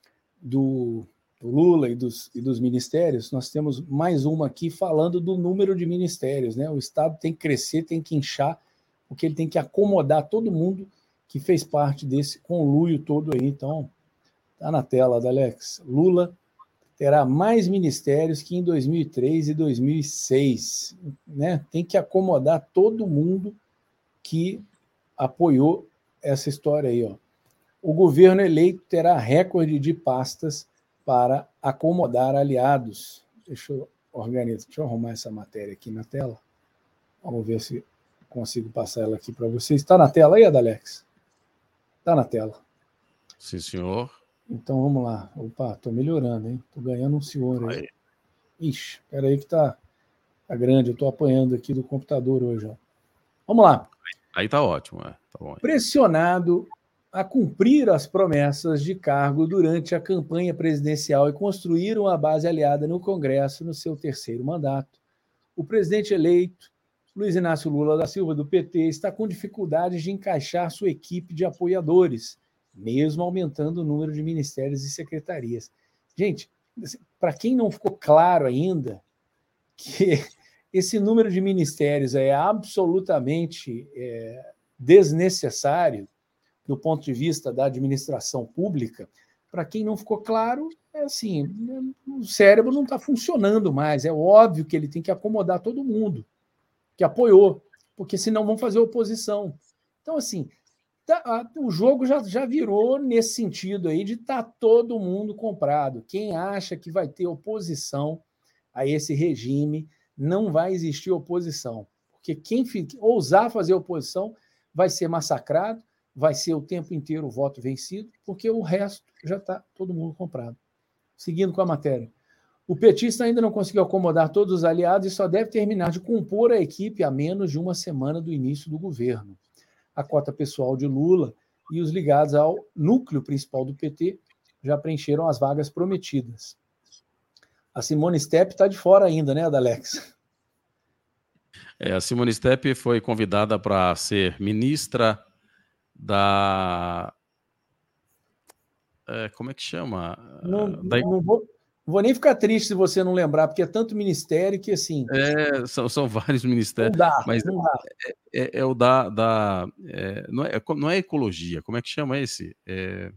do, do Lula e dos, e dos ministérios, nós temos mais uma aqui falando do número de ministérios, né? O Estado tem que crescer, tem que inchar, porque ele tem que acomodar todo mundo que fez parte desse conluio todo aí. Então, tá na tela, Alex. Lula terá mais ministérios que em dois mil e três e dois mil e seis, né? Tem que acomodar todo mundo que apoiou essa história aí, ó. O governo eleito terá recorde de pastas para acomodar aliados. Deixa eu organizar, deixa eu arrumar essa matéria aqui na tela. Vamos ver se consigo passar ela aqui para vocês. Está na tela aí, Adalex? Está na tela. Sim, senhor. Então vamos lá. Opa, estou melhorando, hein? Estou ganhando um senhor aí. aí. Ixi, espera aí que tá, tá grande. Eu estou apanhando aqui do computador hoje, ó. Vamos lá. Aí tá ótimo, é. Tá bom. Pressionado a cumprir as promessas de cargo durante a campanha presidencial e construir uma base aliada no Congresso no seu terceiro mandato, o presidente eleito, Luiz Inácio Lula da Silva, do P T, está com dificuldades de encaixar sua equipe de apoiadores, mesmo aumentando o número de ministérios e secretarias. Gente, para quem não ficou claro ainda, que esse número de ministérios é absolutamente é, desnecessário do ponto de vista da administração pública, para quem não ficou claro, é assim, o cérebro não está funcionando mais. É óbvio que ele tem que acomodar todo mundo que apoiou, porque senão vão fazer oposição. Então, assim, tá, o jogo já, já virou nesse sentido aí de estar tá todo mundo comprado. Quem acha que vai ter oposição a esse regime, não vai existir oposição, porque quem ousar fazer oposição vai ser massacrado, vai ser o tempo inteiro o voto vencido, porque o resto já está todo mundo comprado. Seguindo com a matéria. O petista ainda não conseguiu acomodar todos os aliados e só deve terminar de compor a equipe a menos de uma semana do início do governo. A cota pessoal de Lula e os ligados ao núcleo principal do P T já preencheram as vagas prometidas. A Simone Stepy está de fora ainda, né, Adalex? É, a Simone Stepy foi convidada para ser ministra da... É, como é que chama? Não, da... não vou... Não vou nem ficar triste se você não lembrar, porque é tanto ministério que, assim... É, são, são vários ministérios. Não dá, mas não dá. É, é, é o da... da é, não, é, não é ecologia, como é que chama esse? É,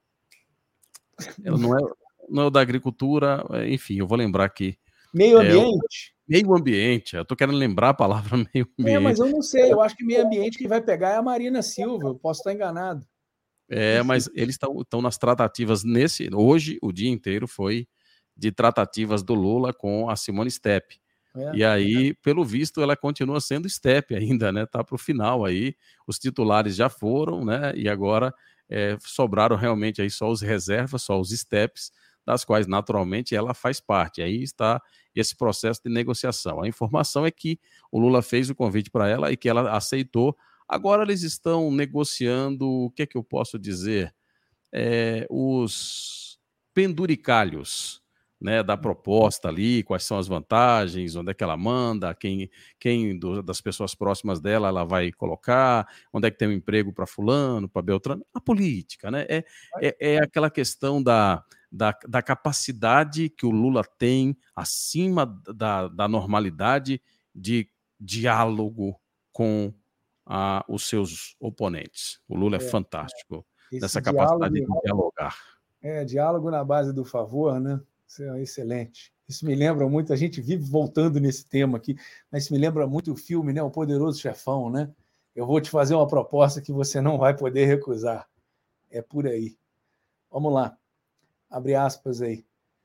não, é, não é o da agricultura, enfim, eu vou lembrar aqui. Meio ambiente? É, o, meio ambiente, eu estou querendo lembrar a palavra meio ambiente. É, mas eu não sei, eu acho que meio ambiente que vai pegar é a Marina Silva, eu posso estar enganado. É, mas eles estão nas tratativas nesse... Hoje, o dia inteiro foi de tratativas do Lula com a Simone Stepy. É, e aí, é. pelo visto, ela continua sendo Stepy ainda, né? Tá para o final aí, os titulares já foram, né? E agora é, sobraram realmente aí só os reservas, só os Stepys, das quais, naturalmente, ela faz parte. Aí está esse processo de negociação. A informação é que o Lula fez o convite para ela e que ela aceitou. Agora eles estão negociando, o que é que eu posso dizer? É, os penduricalhos, né, da proposta ali, quais são as vantagens, onde é que ela manda, quem, quem do, das pessoas próximas dela ela vai colocar, onde é que tem um emprego para fulano, para Beltrano, a política, né? É, é, é aquela questão da, da, da capacidade que o Lula tem acima da, da normalidade de diálogo com a, os seus oponentes. O Lula é, é fantástico é. nessa capacidade diálogo, de dialogar. É, diálogo na base do favor, né? Isso é excelente. Isso me lembra muito, a gente vive voltando nesse tema aqui, mas isso me lembra muito o filme, né? O Poderoso Chefão, né? Eu vou te fazer uma proposta que você não vai poder recusar. É por aí. Vamos lá. Abre aspas aí.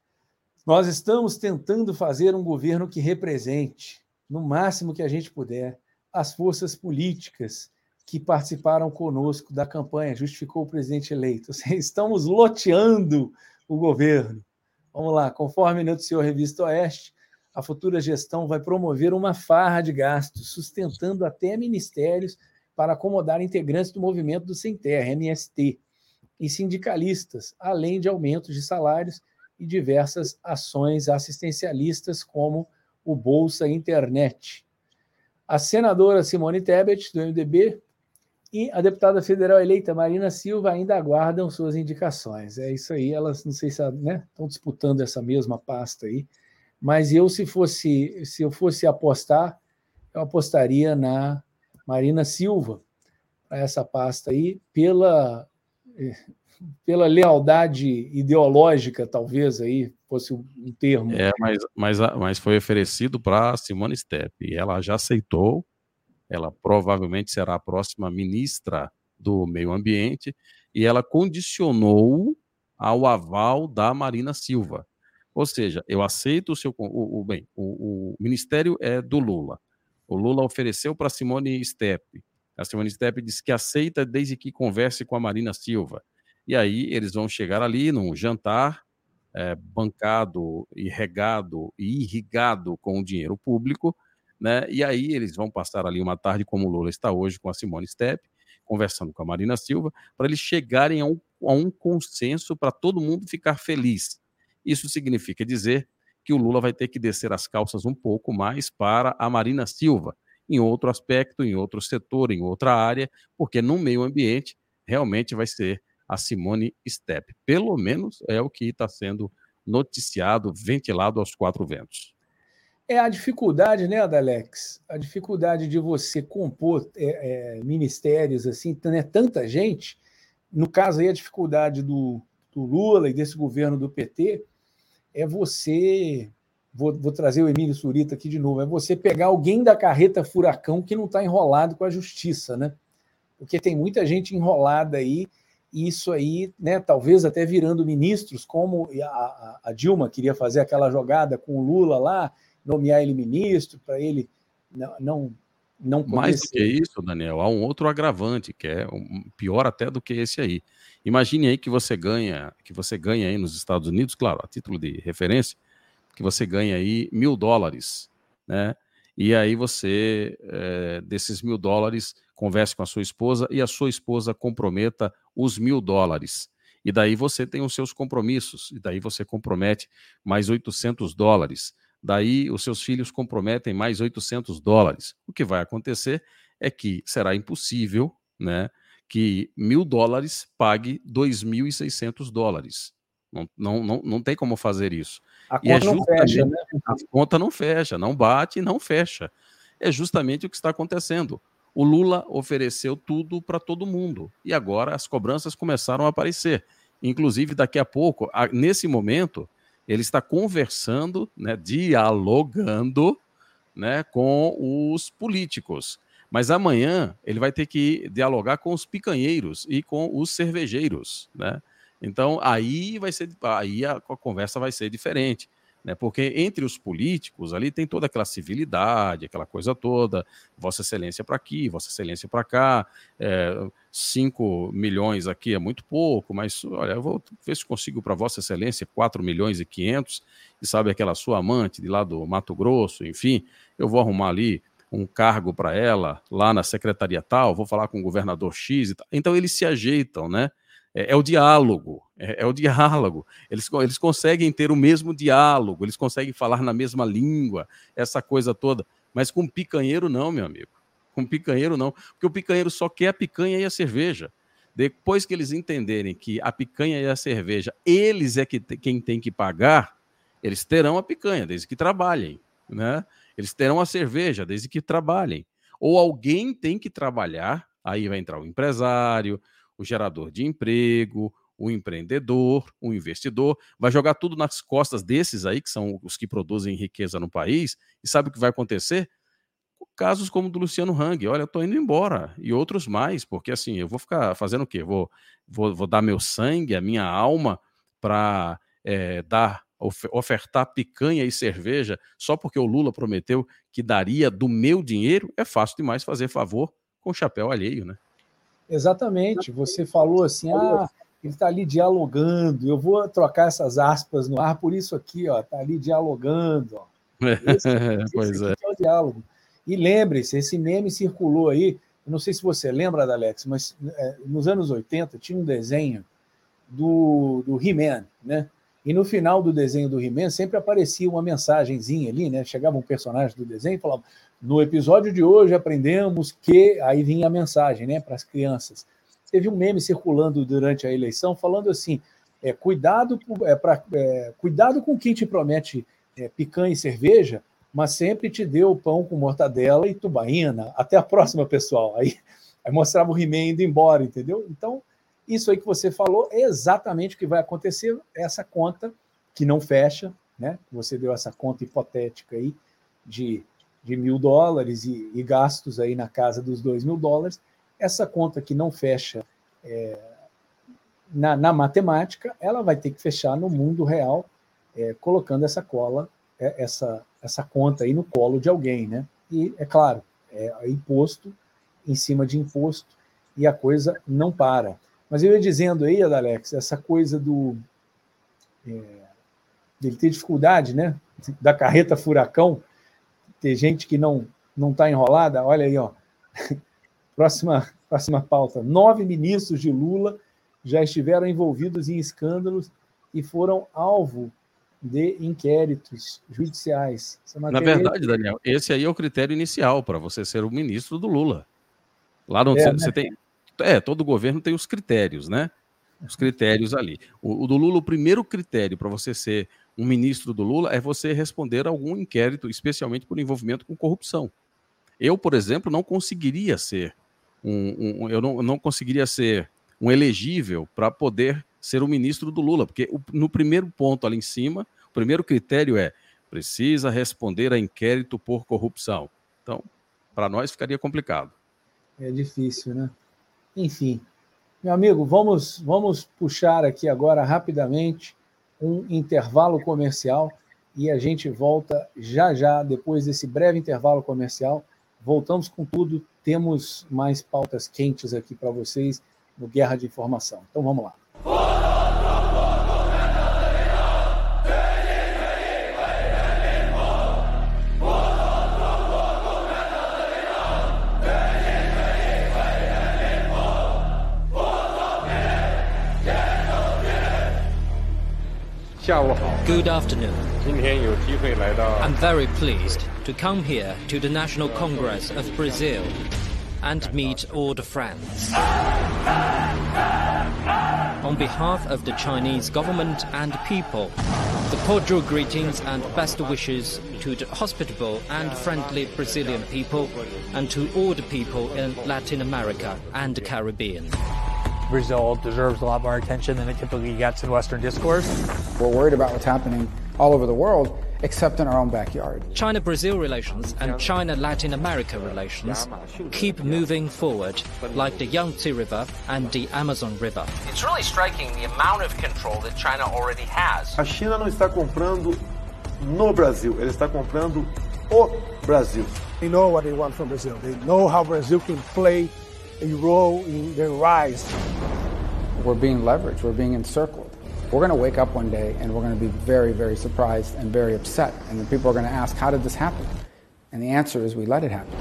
Nós estamos tentando fazer um governo que represente, no máximo que a gente puder, as forças políticas que participaram conosco da campanha, justificou o presidente eleito. Estamos loteando o governo. Vamos lá, conforme noticiou a Revista Oeste, a futura gestão vai promover uma farra de gastos, sustentando até ministérios para acomodar integrantes do movimento do Sem Terra, M S T, e sindicalistas, além de aumentos de salários e diversas ações assistencialistas, como o Bolsa Internet. A senadora Simone Tebet, do M D B, e a deputada federal eleita Marina Silva ainda aguardam suas indicações. É isso aí, elas não sei se né, estão disputando essa mesma pasta aí, mas eu, se fosse, se eu fosse apostar, eu apostaria na Marina Silva, para essa pasta aí, pela, pela lealdade ideológica, talvez, aí fosse um termo. É, mas, mas, mas foi oferecido para Simone Stepy, e ela já aceitou. Ela provavelmente será a próxima ministra do Meio Ambiente e ela condicionou ao aval da Marina Silva. Ou seja, eu aceito o seu... O, o, bem, o, o ministério é do Lula. O Lula ofereceu para Simone Stepy. A Simone Stepy disse que aceita desde que converse com a Marina Silva. E aí eles vão chegar ali num jantar é, bancado e regado e irrigado com o dinheiro público, né? E aí eles vão passar ali uma tarde, como o Lula está hoje, com a Simone Stepy, conversando com a Marina Silva, para eles chegarem a um, a um consenso para todo mundo ficar feliz. Isso significa dizer que o Lula vai ter que descer as calças um pouco mais para a Marina Silva, em outro aspecto, em outro setor, em outra área, porque no meio ambiente realmente vai ser a Simone Stepy. Pelo menos é o que está sendo noticiado, ventilado aos quatro ventos. É a dificuldade, né, Adalex? A dificuldade de você compor é, é, ministérios assim, né, tanta gente. No caso aí, a dificuldade do, do Lula e desse governo do P T é você... Vou, vou trazer o Emílio Surita aqui de novo. É você pegar alguém da carreta furacão que não está enrolado com a justiça, né? Porque tem muita gente enrolada aí, e isso aí, né, talvez até virando ministros, como a, a, a Dilma queria fazer aquela jogada com o Lula lá, nomear ele ministro, para ele não, não, não poder Mais do ser. que isso, Daniel, há um outro agravante, que é um, pior até do que esse aí. Imagine aí que você ganha, que você ganha aí nos Estados Unidos, claro, a título de referência, que você ganha aí mil dólares, né? E aí você, é, desses mil dólares, converse com a sua esposa e a sua esposa comprometa os mil dólares. E daí você tem os seus compromissos, e daí você compromete mais oitocentos dólares. Daí os seus filhos comprometem mais oitocentos dólares. O que vai acontecer é que será impossível, né, que mil dólares pague dois mil e seiscentos dólares. Não, não, não, não tem como fazer isso. A E é conta não fecha, justamente, né? a conta não fecha, não bate e não fecha. É justamente o que está acontecendo. O Lula ofereceu tudo para todo mundo e agora as cobranças começaram a aparecer. Inclusive, daqui a pouco, a- nesse momento, ele está conversando, né, dialogando, né, com os políticos. Mas amanhã ele vai ter que dialogar com os picanheiros e com os cervejeiros, né? Então aí vai ser, aí a, a conversa vai ser diferente, né? Porque entre os políticos ali tem toda aquela civilidade, aquela coisa toda, Vossa Excelência para aqui, Vossa Excelência para cá, é, cinco milhões aqui é muito pouco, mas olha, eu vou ver se consigo para Vossa Excelência quatro milhões e quinhentos, e sabe aquela sua amante de lá do Mato Grosso, enfim, eu vou arrumar ali um cargo para ela lá na secretaria tal, vou falar com o governador X e tal. Então eles se ajeitam, né? É, é o diálogo, é, é o diálogo. Eles, eles conseguem ter o mesmo diálogo, eles conseguem falar na mesma língua, essa coisa toda. Mas com picanheiro não, meu amigo. Com picanheiro não, porque o picanheiro só quer a picanha e a cerveja. Depois que eles entenderem que a picanha e a cerveja, eles é que, quem tem que pagar, eles terão a picanha, desde que trabalhem, né? Eles terão a cerveja, desde que trabalhem. Ou alguém tem que trabalhar, aí vai entrar o empresário, o gerador de emprego, o empreendedor, o investidor, vai jogar tudo nas costas desses aí, que são os que produzem riqueza no país, e sabe o que vai acontecer? Casos como o do Luciano Hang, olha, eu tô indo embora, e outros mais, porque assim, eu vou ficar fazendo o quê? Vou, vou, vou dar meu sangue, a minha alma, para é, dar, of, ofertar picanha e cerveja, só porque o Lula prometeu que daria do meu dinheiro? É fácil demais fazer favor com o chapéu alheio, né? Exatamente. Você falou assim, ah, ele está ali dialogando, eu vou trocar essas aspas no ar por isso aqui, ó, está ali dialogando. Ó. Esse, esse Pois aqui é. que é o diálogo. E lembre-se, esse meme circulou aí, eu não sei se você lembra, Alex, mas é, nos anos oitenta tinha um desenho do, do He-Man, né? E no final do desenho do He-Man sempre aparecia uma mensagenzinha ali, né? Chegava um personagem do desenho e falava: no episódio de hoje aprendemos que... Aí vinha a mensagem, né, para as crianças. Teve um meme circulando durante a eleição falando assim: é, cuidado, é, pra, é, cuidado com quem te promete é, picanha e cerveja, mas sempre te deu pão com mortadela e tubaína. Até a próxima, pessoal. Aí, aí mostrava o He-Man indo embora, entendeu? Então, isso aí que você falou é exatamente o que vai acontecer, essa conta que não fecha, né? Você deu essa conta hipotética aí de, de mil dólares e, e gastos aí na casa dos dois mil dólares. Essa conta que não fecha é, na, na matemática, ela vai ter que fechar no mundo real, é, colocando essa cola, é, essa, essa conta aí no colo de alguém, né? E, é claro, é imposto em cima de imposto e a coisa não para. Mas eu ia dizendo aí, Alex, essa coisa do... É, dele ter dificuldade, né? Da carreta furacão, ter gente que não não está enrolada. Olha aí, ó. Próxima, próxima pauta. Nove ministros de Lula já estiveram envolvidos em escândalos e foram alvo de inquéritos judiciais. Na verdade, Daniel, esse aí é o critério inicial para você ser o ministro do Lula. Lá no, é, você né? tem... É, todo governo tem os critérios, né? Os critérios ali. O, o do Lula, o primeiro critério para você ser um ministro do Lula é você responder a algum inquérito, especialmente por envolvimento com corrupção. Eu, por exemplo, não conseguiria ser um, um eu não, não conseguiria ser um elegível para poder ser o ministro do Lula, porque o, no primeiro ponto ali em cima, o primeiro critério é precisa responder a inquérito por corrupção. Então, para nós ficaria complicado. É difícil, né? Enfim, meu amigo, vamos, vamos puxar aqui agora rapidamente um intervalo comercial e a gente volta já já, depois desse breve intervalo comercial, voltamos com tudo. Temos mais pautas quentes aqui para vocês no Guerra de Informação. Então vamos lá. Good afternoon. I'm very pleased to come here to the National Congress of Brazil and meet all the friends. On behalf of the Chinese government and people, the cordial greetings and best wishes to the hospitable and friendly Brazilian people and to all the people in Latin America and the Caribbean. Brazil deserves a lot more attention than it typically gets in Western discourse. We're worried about what's happening all over the world, except in our own backyard. China-Brazil relations and China-Latin America relations keep moving forward, like the Yangtze River and the Amazon River. It's really striking the amount of control that China already has. A China não está comprando no Brasil, ela está comprando o Brasil. They know what they want from Brazil. They know how Brazil can play a role in their rise. We're being leveraged, we're being encircled. We're going to wake up one day and we're going to be very, very surprised and very upset. And then people are going to ask, how did this happen? And the answer is, we let it happen.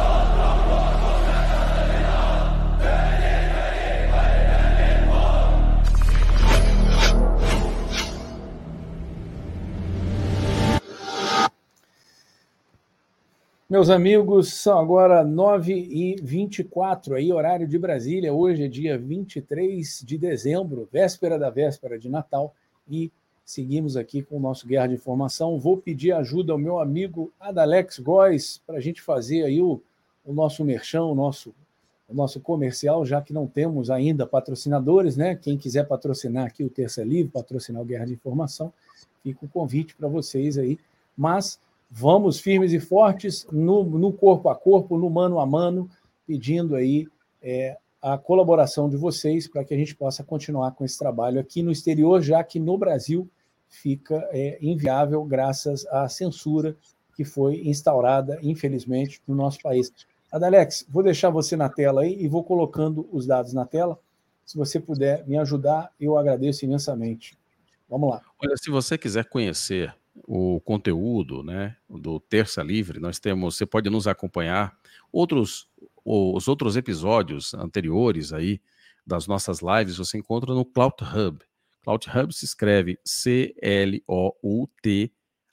Meus amigos, são agora nove e vinte e quatro, aí, horário de Brasília. Hoje é dia vinte e três de dezembro, véspera da véspera de Natal, e seguimos aqui com o nosso Guerra de Informação. Vou pedir ajuda ao meu amigo Adalex Góes para a gente fazer aí o, o nosso merchan, o nosso, o nosso comercial, já que não temos ainda patrocinadores, né? Quem quiser patrocinar aqui o Terça Livre, patrocinar o Guerra de Informação, fica o convite para vocês aí. Mas vamos firmes e fortes no, no corpo a corpo, no mano a mano, pedindo aí é, a colaboração de vocês para que a gente possa continuar com esse trabalho aqui no exterior, já que no Brasil fica é, inviável graças à censura que foi instaurada, infelizmente, no nosso país. Adalex, vou deixar você na tela aí e vou colocando os dados na tela. Se você puder me ajudar, eu agradeço imensamente. Vamos lá. Olha, se você quiser conhecer o conteúdo, né, do Terça Livre, nós temos, você pode nos acompanhar, outros, os outros episódios anteriores aí das nossas lives, você encontra no Cloud Hub. Cloud Hub se escreve C L O U T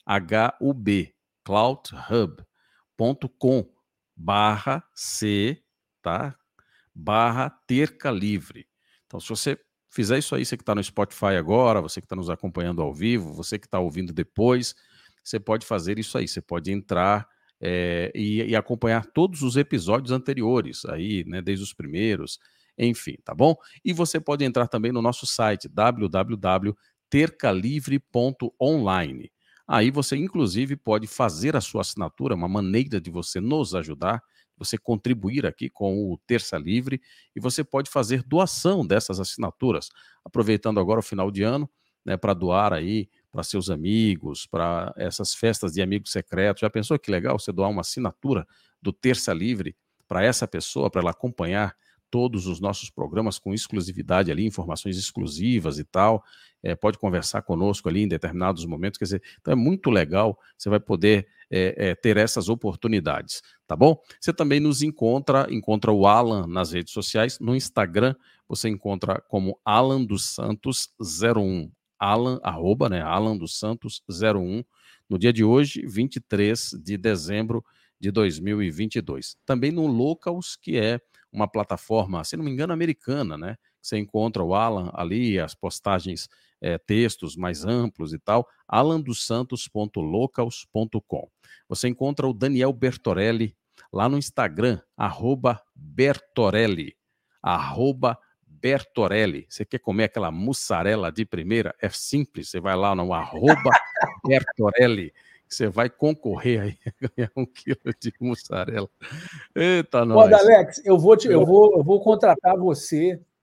H U B, cloudhub ponto com barra C, tá? Barra Terça Livre. Então, se você fizer isso aí, você que está no Spotify agora, você que está nos acompanhando ao vivo, você que está ouvindo depois, você pode fazer isso aí, você pode entrar é, e, e acompanhar todos os episódios anteriores, aí, né, desde os primeiros, enfim, tá bom? E você pode entrar também no nosso site, w w w ponto terça livre ponto online. Aí você, inclusive, pode fazer a sua assinatura, uma maneira de você nos ajudar, você contribuir aqui com o Terça Livre, e você pode fazer doação dessas assinaturas, aproveitando agora o final de ano, né, para doar aí para seus amigos, para essas festas de amigos secretos. Já pensou que legal você doar uma assinatura do Terça Livre para essa pessoa, para ela acompanhar todos os nossos programas com exclusividade ali, informações exclusivas e tal, é, pode conversar conosco ali em determinados momentos, quer dizer, então é muito legal, você vai poder é, é, ter essas oportunidades, tá bom? Você também nos encontra, encontra o Alan nas redes sociais, no Instagram você encontra como Alan dos Santos zero um, Alan, arroba, né, Alan dos Santos zero um, no dia de hoje, vinte e três de dezembro de dois mil e vinte e dois. Também no Locals, que é uma plataforma, se não me engano, americana, né? Você encontra o Alan ali, as postagens, é, textos mais amplos e tal, alan dos santos ponto locals ponto com. Você encontra o Daniel Bertorelli lá no Instagram, arroba Bertorelli, arroba Bertorelli. Você quer comer aquela mussarela de primeira? É simples, você vai lá no arroba Bertorelli, você vai concorrer aí a ganhar um quilo de mussarela. Eita, nós. Ô, Alex, eu vou, te, eu, vou, eu vou contratar você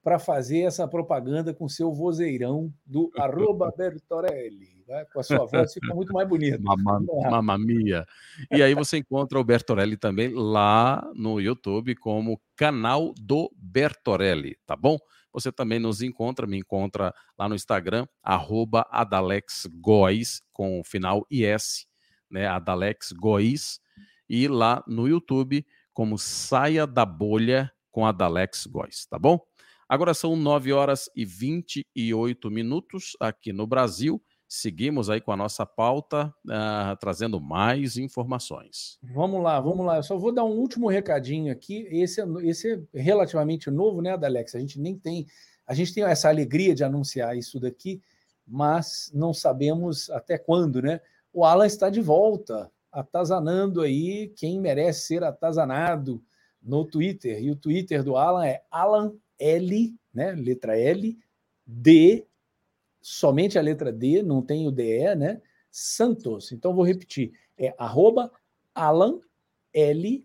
para fazer essa propaganda com seu vozeirão do arroba Bertorelli. Né? Com a sua voz fica muito mais bonita. Mamma, mamma mia. E aí você encontra o Bertorelli também lá no YouTube como canal do Bertorelli, tá bom? Você também nos encontra, me encontra lá no Instagram, arroba adalexgois, com o final I S, né? Adalex Gois, e lá no YouTube como Saia da Bolha com Adalex Gois, tá bom? Agora são nove horas e vinte e oito minutos aqui no Brasil. Seguimos aí com a nossa pauta, uh, trazendo mais informações. Vamos lá, vamos lá. Eu só vou dar um último recadinho aqui. Esse é, esse é relativamente novo, né, Adalex? A gente nem tem... A gente tem essa alegria de anunciar isso daqui, mas não sabemos até quando, né? O Alan está de volta, atazanando aí quem merece ser atazanado no Twitter. E o Twitter do Alan é Alan L, né? Letra L, D, somente a letra D, não tem o D E, né? Santos. Então vou repetir. É arroba Alan L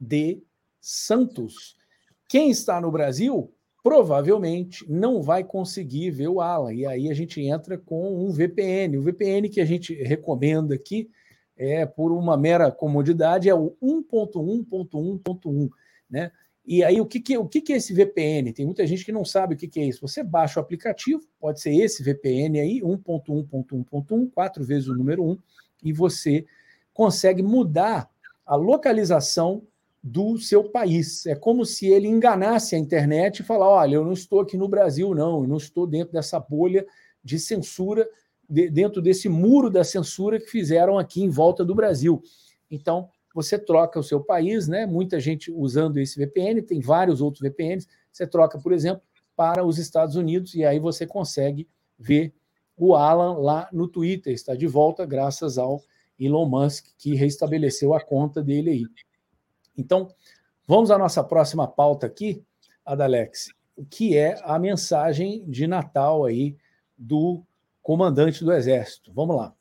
D Santos. Quem está no Brasil provavelmente não vai conseguir ver o Alan. E aí a gente entra com um V P N. O V P N que a gente recomenda aqui, é por uma mera comodidade, é o um ponto um ponto um ponto um, né? E aí, o que, que, o que, que é esse V P N? Tem muita gente que não sabe o que, que é isso. Você baixa o aplicativo, pode ser esse V P N aí, um ponto um ponto um ponto um, quatro vezes o número um, e você consegue mudar a localização do seu país. É como se ele enganasse a internet e falar, olha, eu não estou aqui no Brasil, não, eu não estou dentro dessa bolha de censura, de, dentro desse muro da censura que fizeram aqui em volta do Brasil. Então, você troca o seu país, né? Muita gente usando esse V P N, tem vários outros V P Ns, você troca, por exemplo, para os Estados Unidos, e aí você consegue ver o Alan lá no Twitter, está de volta graças ao Elon Musk, que restabeleceu a conta dele aí. Então, vamos à nossa próxima pauta aqui, Adalex, que é a mensagem de Natal aí do comandante do Exército. Vamos lá.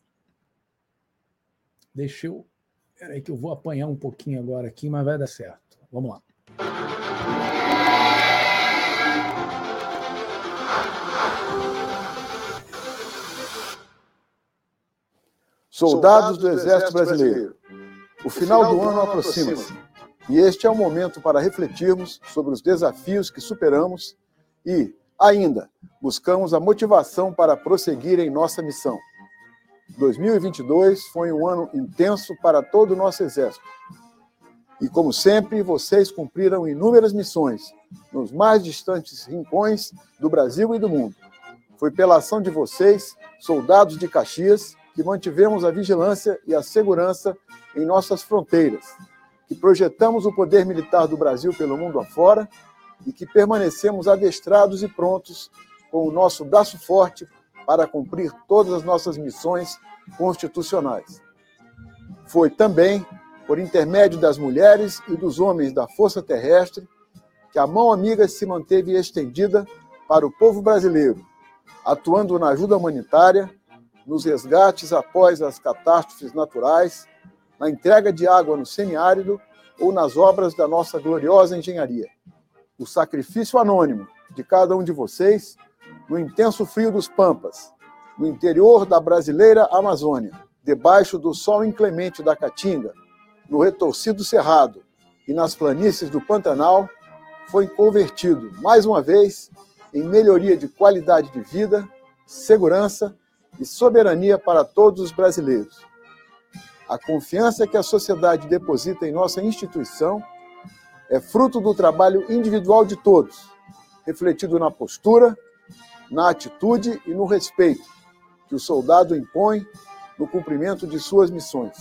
Deixa eu... Espera aí que eu vou apanhar um pouquinho agora aqui, mas vai dar certo. Vamos lá. Soldados do Exército Brasileiro, o final do ano aproxima-se e este é o momento para refletirmos sobre os desafios que superamos e, ainda, buscamos a motivação para prosseguir em nossa missão. dois mil e vinte e dois foi um ano intenso para todo o nosso Exército. E, como sempre, vocês cumpriram inúmeras missões nos mais distantes rincões do Brasil e do mundo. Foi pela ação de vocês, soldados de Caxias, que mantivemos a vigilância e a segurança em nossas fronteiras, que projetamos o poder militar do Brasil pelo mundo afora e que permanecemos adestrados e prontos com o nosso braço forte para cumprir todas as nossas missões constitucionais. Foi também por intermédio das mulheres e dos homens da Força Terrestre que a mão amiga se manteve estendida para o povo brasileiro, atuando na ajuda humanitária, nos resgates após as catástrofes naturais, na entrega de água no semiárido ou nas obras da nossa gloriosa engenharia. O sacrifício anônimo de cada um de vocês no intenso frio dos Pampas, no interior da brasileira Amazônia, debaixo do sol inclemente da Caatinga, no retorcido Cerrado e nas planícies do Pantanal, foi convertido, mais uma vez, em melhoria de qualidade de vida, segurança e soberania para todos os brasileiros. A confiança que a sociedade deposita em nossa instituição é fruto do trabalho individual de todos, refletido na postura, na atitude e no respeito que o soldado impõe no cumprimento de suas missões.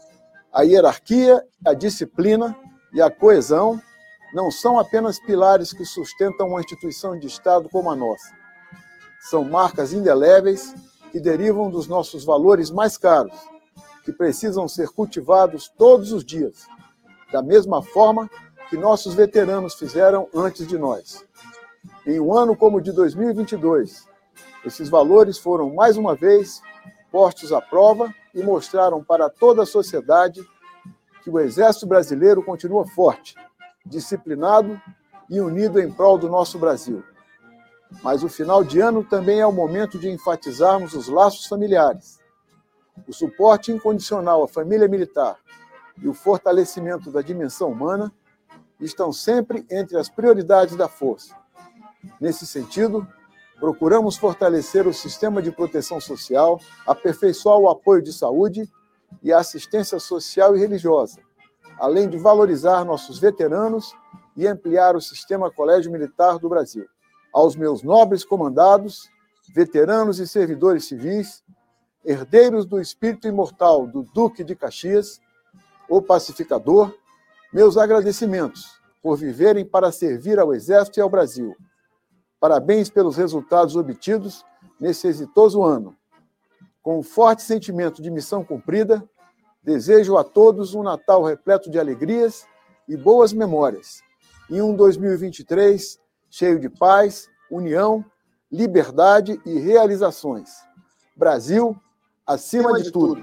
A hierarquia, a disciplina e a coesão não são apenas pilares que sustentam uma instituição de Estado como a nossa. São marcas indeléveis que derivam dos nossos valores mais caros, que precisam ser cultivados todos os dias, da mesma forma que nossos veteranos fizeram antes de nós. Em um ano como o de dois mil e vinte e dois, esses valores foram, mais uma vez, postos à prova e mostraram para toda a sociedade que o Exército Brasileiro continua forte, disciplinado e unido em prol do nosso Brasil. Mas o final de ano também é o momento de enfatizarmos os laços familiares. O suporte incondicional à família militar e o fortalecimento da dimensão humana estão sempre entre as prioridades da Força. Nesse sentido, procuramos fortalecer o sistema de proteção social, aperfeiçoar o apoio de saúde e a assistência social e religiosa, além de valorizar nossos veteranos e ampliar o sistema Colégio Militar do Brasil. Aos meus nobres comandados, veteranos e servidores civis, herdeiros do espírito imortal do Duque de Caxias, o pacificador, meus agradecimentos por viverem para servir ao Exército e ao Brasil. Parabéns pelos resultados obtidos nesse exitoso ano. Com um forte sentimento de missão cumprida, desejo a todos um Natal repleto de alegrias e boas memórias, e um dois mil e vinte e três cheio de paz, união, liberdade e realizações. Brasil, acima de tudo.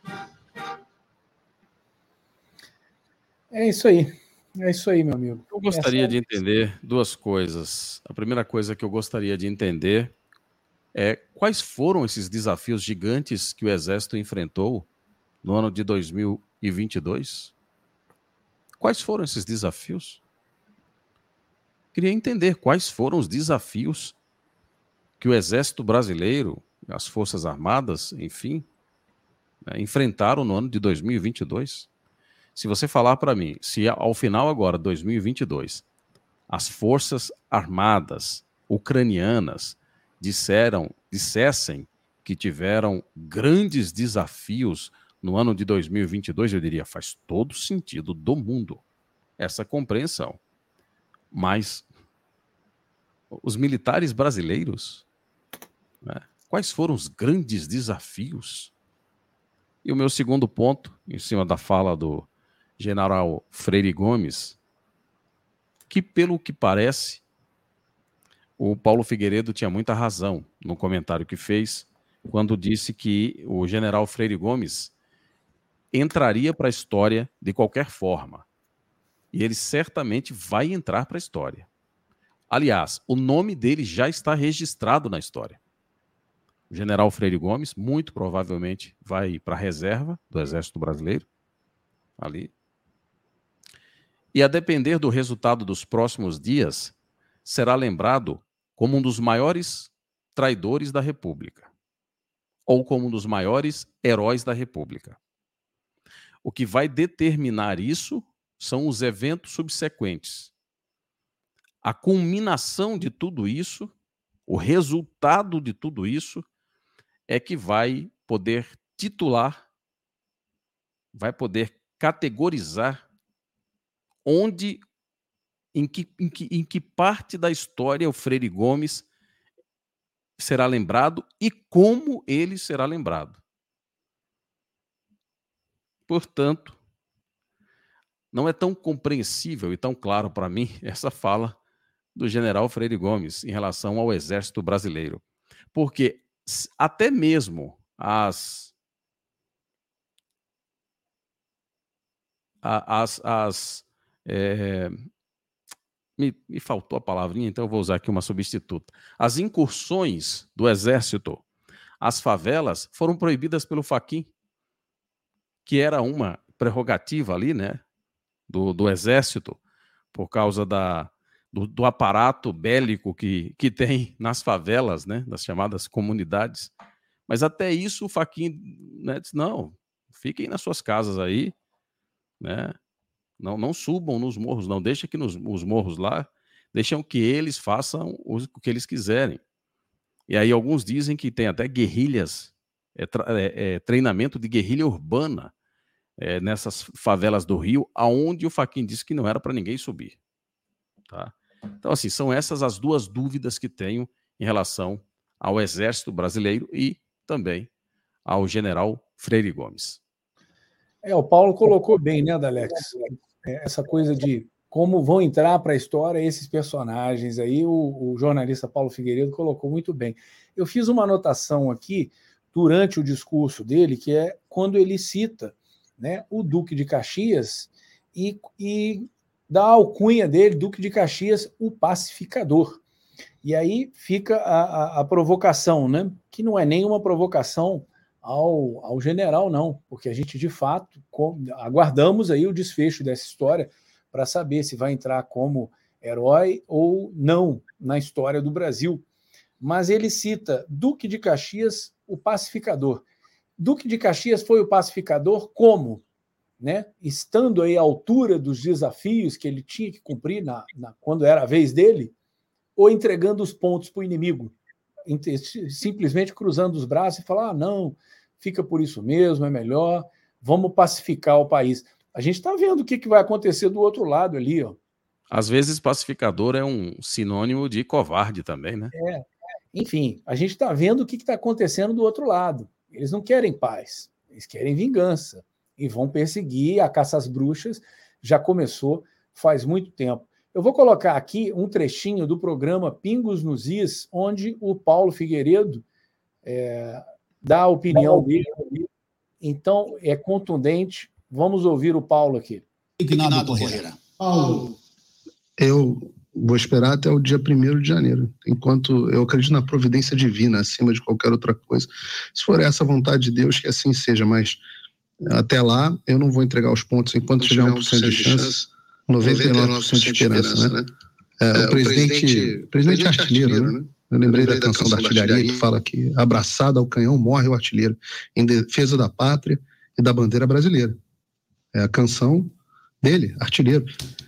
É isso aí. É isso aí, meu amigo. Eu gostaria de entender duas coisas. A primeira coisa que eu gostaria de entender é quais foram esses desafios gigantes que o Exército enfrentou no ano de dois mil e vinte e dois? Quais foram esses desafios? Queria entender quais foram os desafios que o Exército Brasileiro, as Forças Armadas, enfim, né, enfrentaram no ano de dois mil e vinte e dois. Se você falar para mim, se ao final agora, dois mil e vinte e dois, as Forças Armadas ucranianas disseram, dissessem que tiveram grandes desafios no ano de dois mil e vinte e dois, eu diria, faz todo sentido do mundo essa compreensão. Mas os militares brasileiros, né, quais foram os grandes desafios? E o meu segundo ponto, em cima da fala do general Freire Gomes, que pelo que parece, o Paulo Figueiredo tinha muita razão no comentário que fez, quando disse que o general Freire Gomes entraria para a história de qualquer forma. E ele certamente vai entrar para a história. Aliás, o nome dele já está registrado na história. O general Freire Gomes, muito provavelmente, vai para a reserva do Exército Brasileiro, ali. E a depender do resultado dos próximos dias, será lembrado como um dos maiores traidores da República, ou como um dos maiores heróis da República. O que vai determinar isso são os eventos subsequentes. A culminação de tudo isso, o resultado de tudo isso, é que vai poder titular, vai poder categorizar onde, em que, em que, em que parte da história o Freire Gomes será lembrado e como ele será lembrado. Portanto, não é tão compreensível e tão claro para mim essa fala do general Freire Gomes em relação ao Exército Brasileiro. Porque até mesmo as, as, as é, me, me faltou a palavrinha, então eu vou usar aqui uma substituta. As incursões do Exército às favelas foram proibidas pelo Fachin, que era uma prerrogativa ali, né, do, do Exército, por causa da, do, do aparato bélico que, que tem nas favelas, né, das chamadas comunidades. Mas até isso o Fachin, né, disse, não, fiquem nas suas casas aí, né, não, não subam nos morros, não deixem que nos, os morros lá, deixam que eles façam o que eles quiserem. E aí alguns dizem que tem até guerrilhas, é, é, é, treinamento de guerrilha urbana, É, nessas favelas do Rio, aonde o Fachin disse que não era para ninguém subir. Tá? Então, assim, são essas as duas dúvidas que tenho em relação ao Exército Brasileiro e também ao general Freire Gomes. É, o Paulo colocou bem, né, Dalex? Essa coisa de como vão entrar para a história esses personagens aí, o, o jornalista Paulo Figueiredo colocou muito bem. Eu fiz uma anotação aqui durante o discurso dele, que é quando ele cita, né, o Duque de Caxias e, e dá a alcunha dele, Duque de Caxias, o pacificador. E aí fica a, a, a provocação, né? Que não é nenhuma provocação ao, ao general, não, porque a gente, de fato, com, aguardamos aí o desfecho dessa história para saber se vai entrar como herói ou não na história do Brasil. Mas ele cita Duque de Caxias, o pacificador. Duque de Caxias foi o pacificador como? Né? Estando aí à altura dos desafios que ele tinha que cumprir na, na, quando era a vez dele, ou entregando os pontos para o inimigo, simplesmente cruzando os braços e falar, ah, não, fica por isso mesmo, é melhor, vamos pacificar o país. A gente está vendo o que, que vai acontecer do outro lado ali, ó. Às vezes pacificador é um sinônimo de covarde também, né? É. Enfim, a gente está vendo o que está acontecendo do outro lado. Eles não querem paz, eles querem vingança e vão perseguir. A caça às bruxas já começou faz muito tempo. Eu vou colocar aqui um trechinho do programa Pingos nos Is, onde o Paulo Figueiredo é, dá a opinião dele. Então, é contundente. Vamos ouvir o Paulo aqui. Ignado Correia. Paulo, eu vou esperar até o dia primeiro de janeiro, enquanto eu acredito na providência divina acima de qualquer outra coisa. Se for essa a vontade de Deus, que assim seja, mas até lá eu não vou entregar os pontos enquanto tiver um por cento de chance, noventa e nove por cento de esperança, né? É, é, o presidente, o presidente artilheiro, né? Eu lembrei da canção da artilharia que fala que abraçado ao canhão morre o artilheiro, em defesa da pátria e da bandeira brasileira. É a canção dele, artilheiro.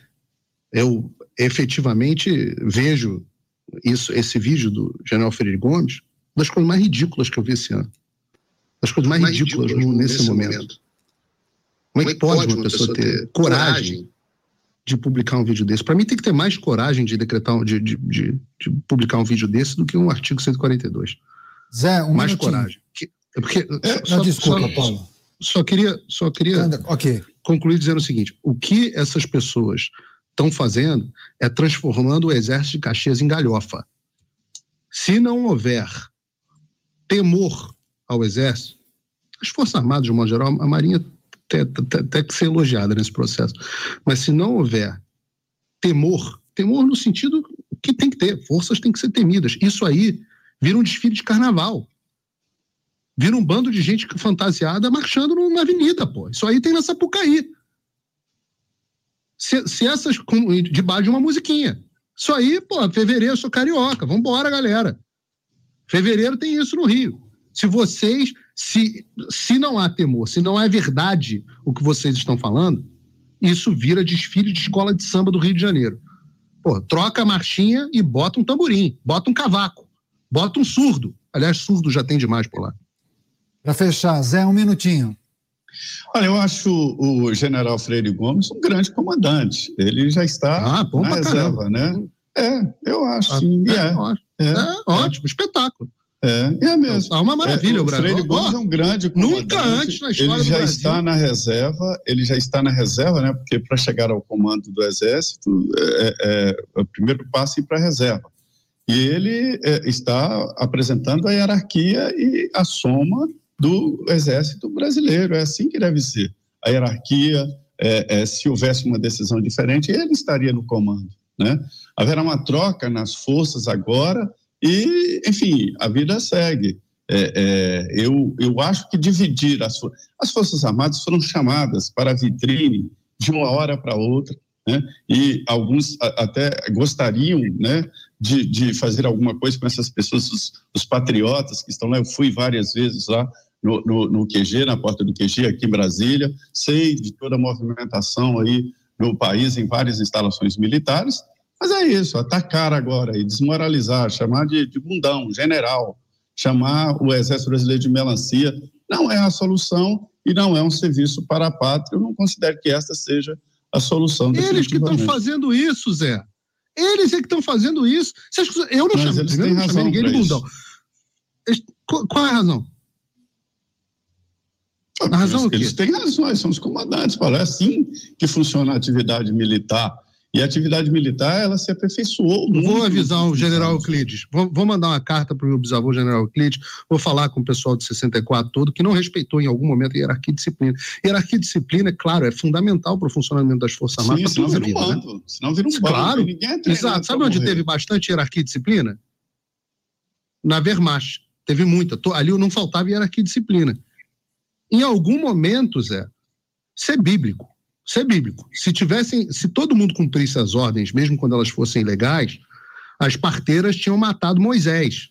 Eu efetivamente vejo isso, esse vídeo do general Freire Gomes, das coisas mais ridículas que eu vi esse ano. Das coisas mais, mais ridículas, ridículas nesse, nesse momento. momento. Como é que pode uma pessoa ter coragem de publicar um vídeo desse? Para mim tem que ter mais coragem de decretar, de, de, de, de publicar um vídeo desse do que um artigo cento e quarenta e dois. Zé, um mais minutinho. coragem. Porque, é, só, não, desculpa, só, Paulo. Só queria, só queria okay. concluir dizendo o seguinte: o que essas pessoas estão fazendo é transformando o exército de Caxias em galhofa. Se não houver temor ao exército, as Forças Armadas, de um modo geral, a Marinha tem, tem, tem que ser elogiada nesse processo, mas se não houver temor, temor no sentido que tem que ter, forças têm que ser temidas, isso aí vira um desfile de carnaval, vira um bando de gente fantasiada marchando na avenida, pô. Isso aí tem na Sapucaí. Se, se essas, debaixo de uma musiquinha. Isso aí, pô, fevereiro, eu sou carioca. Vambora, galera. Fevereiro tem isso no Rio. Se vocês, se, se não há temor, se não é verdade o que vocês estão falando, isso vira desfile de escola de samba do Rio de Janeiro. Pô, troca a marchinha e bota um tamborim, bota um cavaco, bota um surdo. Aliás, surdo já tem demais por lá. Para fechar, Zé, um minutinho. Olha, eu acho o general Freire Gomes um grande comandante. Ele já está ah, bom na reserva, caramba. Né? É, eu acho, sim. É, é, é, ótimo, é, é, ótimo, espetáculo. É, é mesmo. É uma maravilha é, o Brasil. Freire Gomes oh, é um grande comandante. Nunca antes na história ele já do Brasil. está na reserva, ele já está na reserva, né? Porque para chegar ao comando do Exército, é, é, o primeiro passo é ir para a reserva. E ele é, está apresentando a hierarquia e a soma do Exército brasileiro. É assim que deve ser. A hierarquia, é, é, se houvesse uma decisão diferente, ele estaria no comando, né? Haverá uma troca nas forças agora e, enfim, a vida segue. É, é, eu, eu acho que dividir as, for as Forças Armadas foram chamadas para a vitrine de uma hora para outra, né? E alguns a, até gostariam, né, de, de fazer alguma coisa com essas pessoas, os, os patriotas que estão lá. Eu fui várias vezes lá no, no, no Q G, na porta do Q G aqui em Brasília, sei de toda a movimentação aí no país em várias instalações militares, mas é isso, atacar agora e desmoralizar, chamar de, de bundão, general, chamar o Exército Brasileiro de melancia, não é a solução e não é um serviço para a pátria. Eu não considero que esta seja a solução. Eles que estão fazendo isso, Zé. Eles é que estão fazendo isso. Eu não chamei, eu não chamei ninguém de bundão. Qual é a razão? A razão eles, eles têm razões, são os comandantes, Paulo. É assim que funciona a atividade militar. E a atividade militar, ela se aperfeiçoou. Vou avisar o general Euclides, vou, vou mandar uma carta para o meu bisavô, general Euclides, vou falar com o pessoal de sessenta e quatro todo, que não respeitou em algum momento a hierarquia e disciplina. Hierarquia e disciplina, é claro, é fundamental para o funcionamento das Forças Armadas. Sim, senão vira um bando, né? Senão vira um bando. Claro, ninguém é treinado. Exato. Sabe onde morrer. Teve bastante hierarquia e disciplina? Na Wehrmacht. Teve muita. Ali não faltava hierarquia e disciplina. Em algum momento, Zé, isso é bíblico. Isso é bíblico. Se tivessem, se todo mundo cumprisse as ordens, mesmo quando elas fossem ilegais, as parteiras tinham matado Moisés.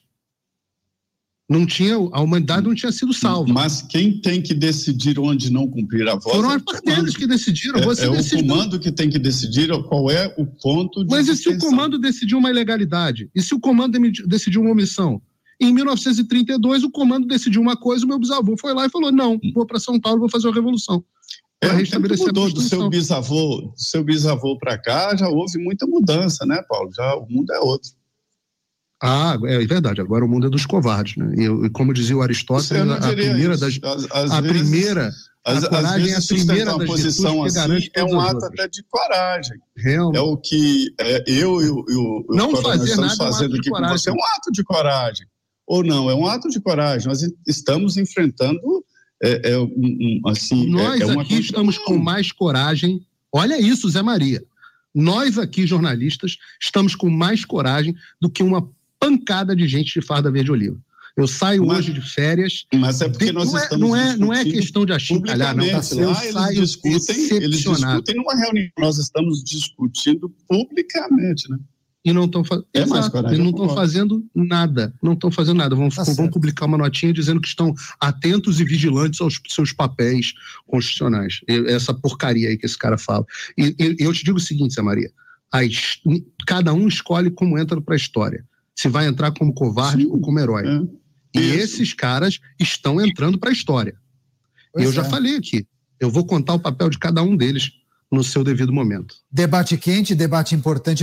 Não tinha, a humanidade não tinha sido salva. Mas quem tem que decidir onde não cumprir a voz? Foram é as parteiras que decidiram. É, Você é decidiu. o comando que tem que decidir qual é o ponto de Mas e se o comando decidiu uma ilegalidade? E se o comando decidiu uma omissão? Em mil novecentos e trinta e dois, o comando decidiu uma coisa, o meu bisavô foi lá e falou, não, vou para São Paulo, vou fazer uma revolução. É, o tempo mudou do seu bisavô, do seu bisavô para cá, já houve muita mudança, né, Paulo? Já o mundo é outro. Ah, é verdade. Agora o mundo é dos covardes, né? E, e como dizia o Aristóteles, a primeira das, às, às a vezes, primeira, às, a coragem às vezes, é a primeira das posição virtudes que assim, garante é um todas as ato outras. até de coragem. Realmente. É o que é, eu e o, o, o não coronel fazer estamos nada fazendo é um aqui com coragem. você é um ato de coragem. Ou não, é um ato de coragem. Nós estamos enfrentando é, é, um, um, assim, Nós é, é uma aqui estamos com mais coragem. Olha isso, Zé Maria. Nós aqui, jornalistas, estamos com mais coragem do que uma pancada de gente de farda verde-oliva. Eu saio mas, hoje de férias. Mas é porque de, nós não estamos é, não é, não é questão de achincalhar, não. Lá, Eu eles saio discutem, eles discutem numa reunião. Nós estamos discutindo publicamente, né? E não estão fazendo. É mais coragem, e não estão fazendo nada. Não estão fazendo nada. Vão, tá vão publicar uma notinha dizendo que estão atentos e vigilantes aos seus papéis constitucionais. E, essa porcaria aí que esse cara fala. E, e eu te digo o seguinte, Zé Maria. As, cada um escolhe como entra para a história. Se vai entrar como covarde Sim, ou como herói. É. E Isso. esses caras estão entrando para a história. Pois eu é. já falei aqui. Eu vou contar o papel de cada um deles no seu devido momento. Debate quente, debate importante.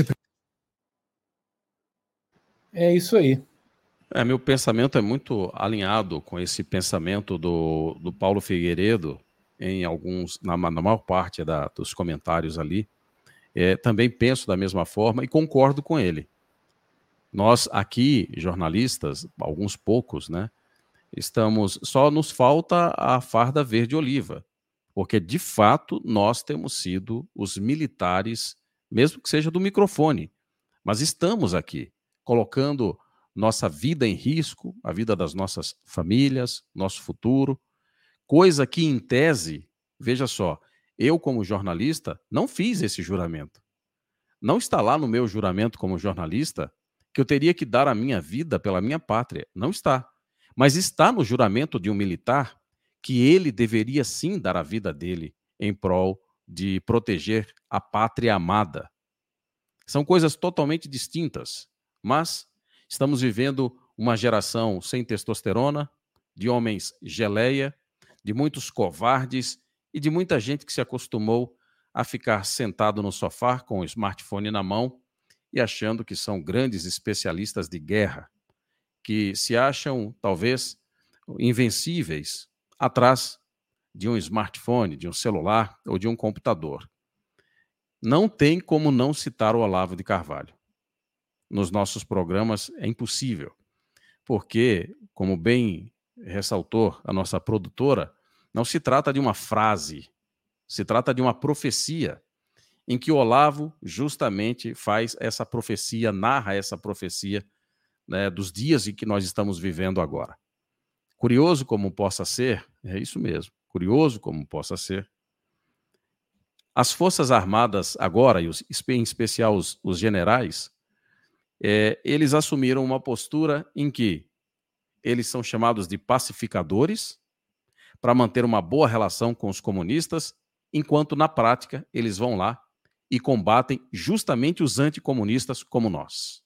É isso aí. É, meu pensamento é muito alinhado com esse pensamento do, do Paulo Figueiredo em alguns, na, na maior parte da, dos comentários ali. É, também penso da mesma forma e concordo com ele. Nós aqui, jornalistas, alguns poucos, né, estamos, só nos falta a farda verde-oliva, porque de fato nós temos sido os militares, mesmo que seja do microfone, mas estamos aqui, colocando nossa vida em risco, a vida das nossas famílias, nosso futuro, coisa que em tese, veja só, eu como jornalista não fiz esse juramento. Não está lá no meu juramento como jornalista que eu teria que dar a minha vida pela minha pátria. Não está. Mas está no juramento de um militar que ele deveria sim dar a vida dele em prol de proteger a pátria amada. São coisas totalmente distintas, mas estamos vivendo uma geração sem testosterona, de homens geleia, de muitos covardes e de muita gente que se acostumou a ficar sentado no sofá com o smartphone na mão e achando que são grandes especialistas de guerra, que se acham, talvez, invencíveis atrás de um smartphone, de um celular ou de um computador. Não tem como não citar o Olavo de Carvalho. Nos nossos programas é impossível, porque, como bem ressaltou a nossa produtora, não se trata de uma frase, se trata de uma profecia, em que o Olavo justamente faz essa profecia, narra essa profecia, né, dos dias em que nós estamos vivendo agora. Curioso como possa ser, é isso mesmo, curioso como possa ser, as Forças Armadas agora, e os, em especial os, os generais, é, eles assumiram uma postura em que eles são chamados de pacificadores para manter uma boa relação com os comunistas, enquanto na prática eles vão lá e combatem justamente os anticomunistas como nós.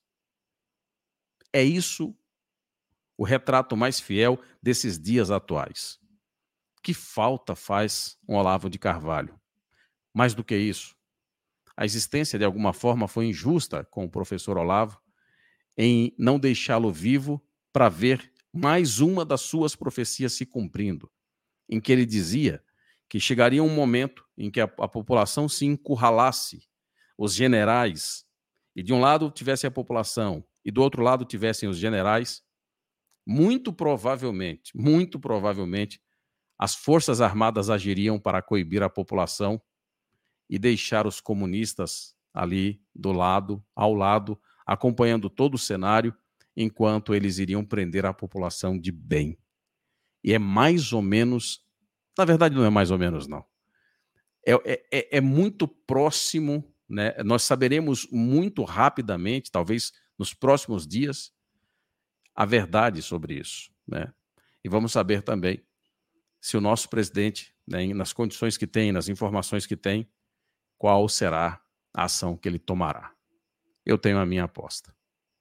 É isso o retrato mais fiel desses dias atuais. Que falta faz um Olavo de Carvalho? Mais do que isso, a existência de alguma forma foi injusta com o professor Olavo em não deixá-lo vivo para ver mais uma das suas profecias se cumprindo, em que ele dizia que chegaria um momento em que a, a população se encurralasse, os generais, e de um lado tivesse a população, e do outro lado tivessem os generais, muito provavelmente, muito provavelmente, as Forças Armadas agiriam para coibir a população e deixar os comunistas ali do lado, ao lado, acompanhando todo o cenário, enquanto eles iriam prender a população de bem. E é mais ou menos, na verdade não é mais ou menos não, é, é, é muito próximo, né? Nós saberemos muito rapidamente, talvez nos próximos dias, a verdade sobre isso, né? E vamos saber também se o nosso presidente, né, nas condições que tem, nas informações que tem, qual será a ação que ele tomará. Eu tenho a minha aposta.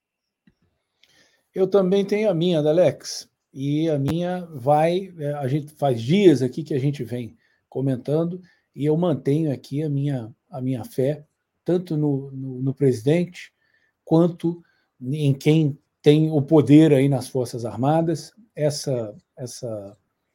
Eu também tenho a minha, Alex. E a minha vai... A gente faz dias aqui que a gente vem comentando e eu mantenho aqui a minha, a minha fé, tanto no, no, no presidente, quanto em quem tem o poder aí nas Forças Armadas. Essa, essa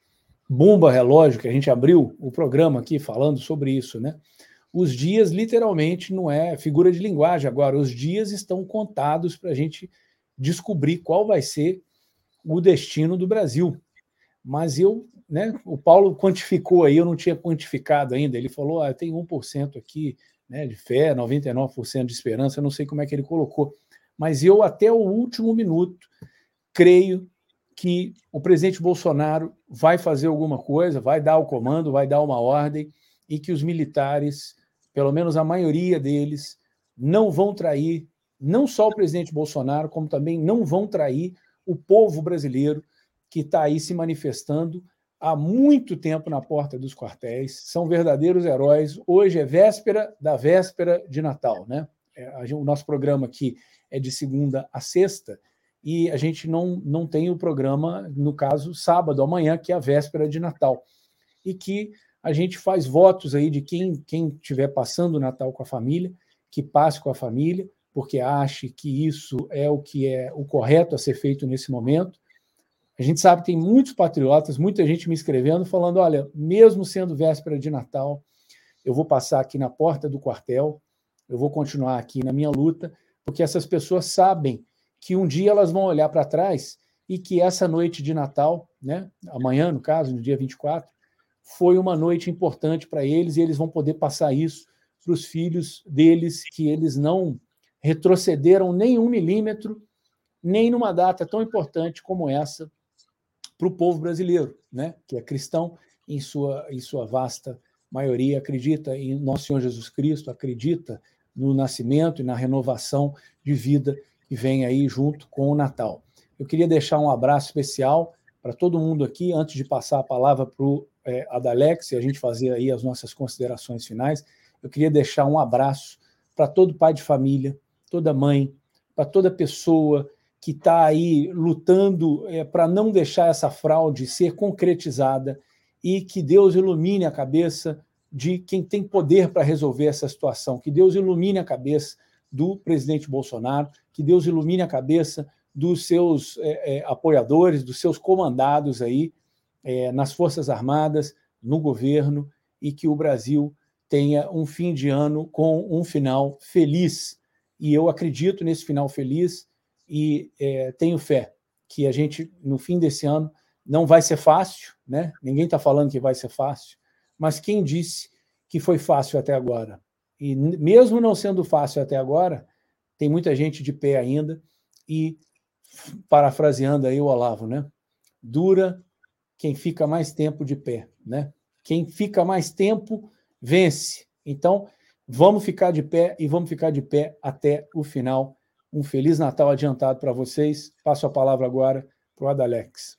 bomba relógio que a gente abriu o programa aqui falando sobre isso, né? Os dias, literalmente, não é figura de linguagem agora, os dias estão contados para a gente descobrir qual vai ser o destino do Brasil. Mas eu, né, o Paulo quantificou aí, eu não tinha quantificado ainda, ele falou, ah, tem um por cento aqui, né, de fé, noventa e nove por cento de esperança, eu não sei como é que ele colocou, mas eu até o último minuto creio que o presidente Bolsonaro vai fazer alguma coisa, vai dar o comando, vai dar uma ordem, e que os militares, pelo menos a maioria deles, não vão trair, não só o presidente Bolsonaro, como também não vão trair o povo brasileiro que está aí se manifestando há muito tempo na porta dos quartéis, são verdadeiros heróis. Hoje é véspera da véspera de Natal, né? O nosso programa aqui é de segunda a sexta, e a gente não, não tem o programa, no caso, sábado, amanhã, que é a véspera de Natal. E que a gente faz votos aí de quem quem estiver passando o Natal com a família, que passe com a família, porque ache que isso é o que é o correto a ser feito nesse momento. A gente sabe que tem muitos patriotas, muita gente me escrevendo, falando, olha, mesmo sendo véspera de Natal, eu vou passar aqui na porta do quartel, eu vou continuar aqui na minha luta, porque essas pessoas sabem que um dia elas vão olhar para trás e que essa noite de Natal, né, amanhã, no caso, no dia vinte e quatro, foi uma noite importante para eles e eles vão poder passar isso para os filhos deles, que eles não retrocederam nem um milímetro, nem numa data tão importante como essa para o povo brasileiro, né, que é cristão em sua, em sua vasta maioria, acredita em nosso Senhor Jesus Cristo, acredita no nascimento e na renovação de vida que vem aí junto com o Natal. Eu queria deixar um abraço especial para todo mundo aqui, antes de passar a palavra para o é, Adalex e a gente fazer aí as nossas considerações finais. Eu queria deixar um abraço para todo pai de família, toda mãe, para toda pessoa que está aí lutando é, para não deixar essa fraude ser concretizada e que Deus ilumine a cabeça de quem tem poder para resolver essa situação, que Deus ilumine a cabeça do presidente Bolsonaro, que Deus ilumine a cabeça dos seus é, é, apoiadores, dos seus comandados aí é, nas Forças Armadas, no governo, e que o Brasil tenha um fim de ano com um final feliz. E eu acredito nesse final feliz e é, tenho fé que a gente, no fim desse ano, não vai ser fácil, né? Ninguém está falando que vai ser fácil, mas quem disse que foi fácil até agora? E mesmo não sendo fácil até agora, tem muita gente de pé ainda e, parafraseando aí o Olavo, né? Dura quem fica mais tempo de pé, né? Quem fica mais tempo vence. Então, vamos ficar de pé e vamos ficar de pé até o final. Um Feliz Natal adiantado para vocês. Passo a palavra agora para o Adalex.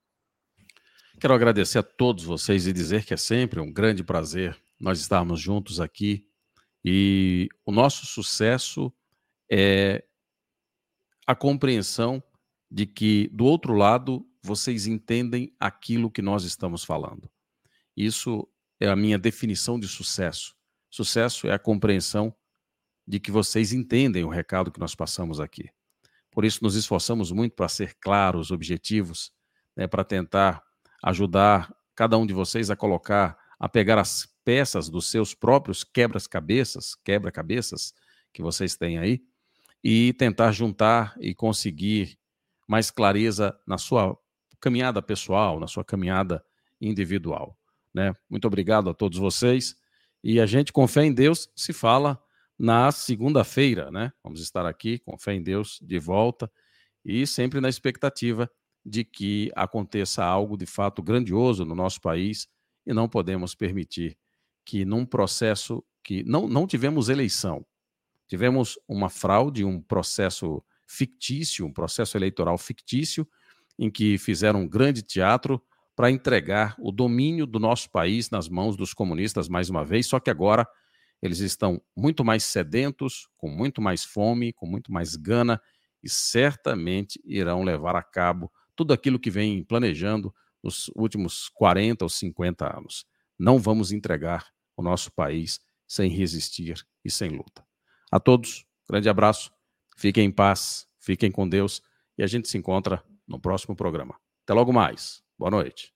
Quero agradecer a todos vocês e dizer que é sempre um grande prazer nós estarmos juntos aqui. E o nosso sucesso é a compreensão de que, do outro lado, vocês entendem aquilo que nós estamos falando. Isso é a minha definição de sucesso. Sucesso é a compreensão de que vocês entendem o recado que nós passamos aqui. Por isso, nos esforçamos muito para ser claros, objetivos, né, para tentar ajudar cada um de vocês a colocar, a pegar as peças dos seus próprios quebra-cabeças, quebra-cabeças que vocês têm aí, e tentar juntar e conseguir mais clareza na sua caminhada pessoal, na sua caminhada individual, né? Muito obrigado a todos vocês, e a gente, com fé em Deus, se fala na segunda-feira, né? Vamos estar aqui, com fé em Deus, de volta, e sempre na expectativa de que aconteça algo de fato grandioso no nosso país, e não podemos permitir que num processo que não, não tivemos eleição, tivemos uma fraude, um processo fictício, um processo eleitoral fictício, em que fizeram um grande teatro para entregar o domínio do nosso país nas mãos dos comunistas mais uma vez, só que agora eles estão muito mais sedentos, com muito mais fome, com muito mais gana, e certamente irão levar a cabo tudo aquilo que vem planejando nos últimos quarenta ou cinquenta anos. Não vamos entregar o nosso país sem resistir e sem luta. A todos, grande abraço, fiquem em paz, fiquem com Deus, e a gente se encontra no próximo programa. Até logo mais. Boa noite.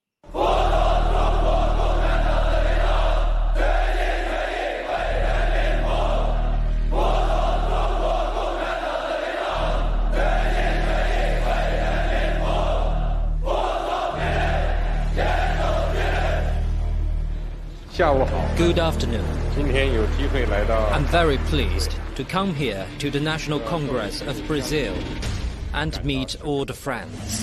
Good afternoon. I'm very pleased to come here to the National Congress of Brazil and meet all the friends.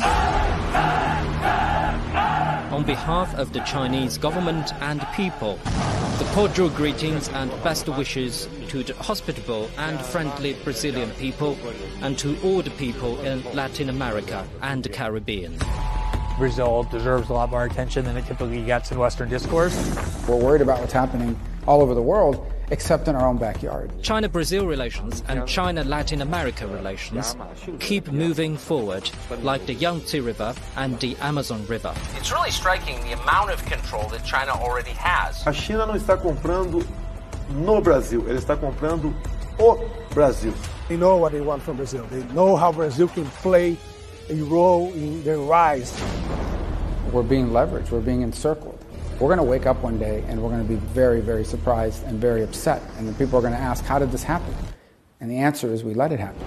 On behalf of the Chinese government and people, the cordial greetings and best wishes to the hospitable and friendly Brazilian people and to all the people in Latin America and the Caribbean. Brazil deserves a lot more attention than it typically gets in Western discourse. We're worried about what's happening all over the world, except in our own backyard. China-Brazil relations and China-Latin America relations keep moving forward, like the Yangtze River and the Amazon River. It's really striking the amount of control that China already has. A China não está comprando no Brasil, ela está comprando o Brasil. They know what they want from Brazil. They know how Brazil can play a role in their rise. We're being leveraged, we're being encircled. We're going to wake up one day and we're going to be very, very surprised and very upset. And the people are going to ask, how did this happen? And the answer is, we let it happen.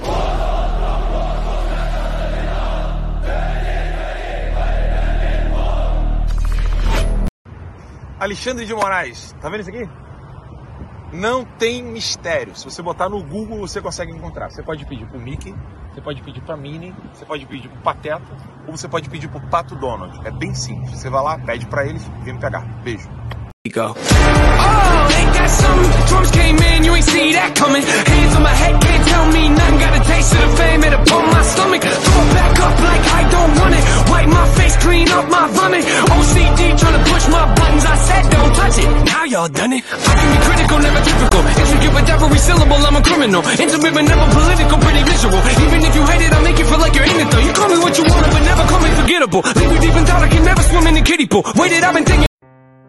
Alexandre de Moraes, tá vendo isso aqui? Não tem mistério. Se você botar no Google, você consegue encontrar. Você pode pedir pro Mickey, você pode pedir pra Minnie, você pode pedir pro Pateta, ou você pode pedir pro Pato Donald. É bem simples. Você vai lá, pede pra eles e vem me pegar. Beijo. Go. Oh, ain't that something? Drums came in, you ain't see that coming. Hands on my head, can't tell me nothing. Got a taste of the fame, it upon my stomach. Throw it back up like I don't want it. Wipe my face, clean up my vomit. O C D trying to push my buttons. I said don't touch it. Now y'all done it. I can be critical, never typical. Intricate with every syllable, I'm a criminal. Intimate but never political, pretty visual. Even if you hate it, I'll make you feel like you're in it though. You call me what you want, but never call me forgettable. Leave you deep in thought, I can never swim in the kiddie pool. Waited, I've been thinking.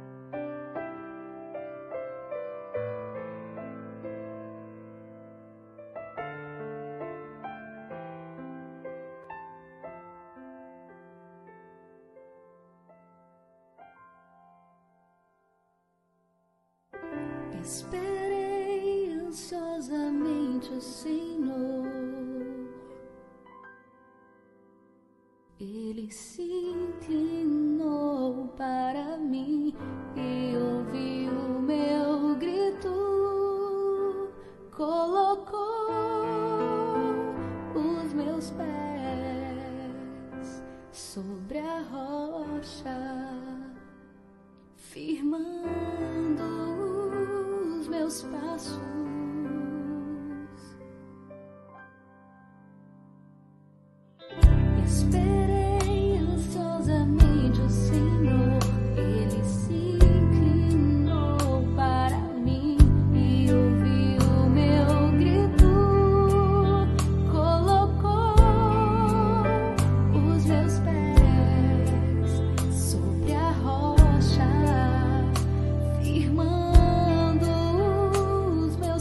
Esperei ansiosamente o Senhor, Ele se inclinou para mim e ouviu o meu grito, colocou os meus pés sobre a rocha, firmando meus passos. Esperei ansiosamente o Senhor, Ele se inclinou para mim e ouviu o meu grito, colocou os meus pés sobre a rocha, firmando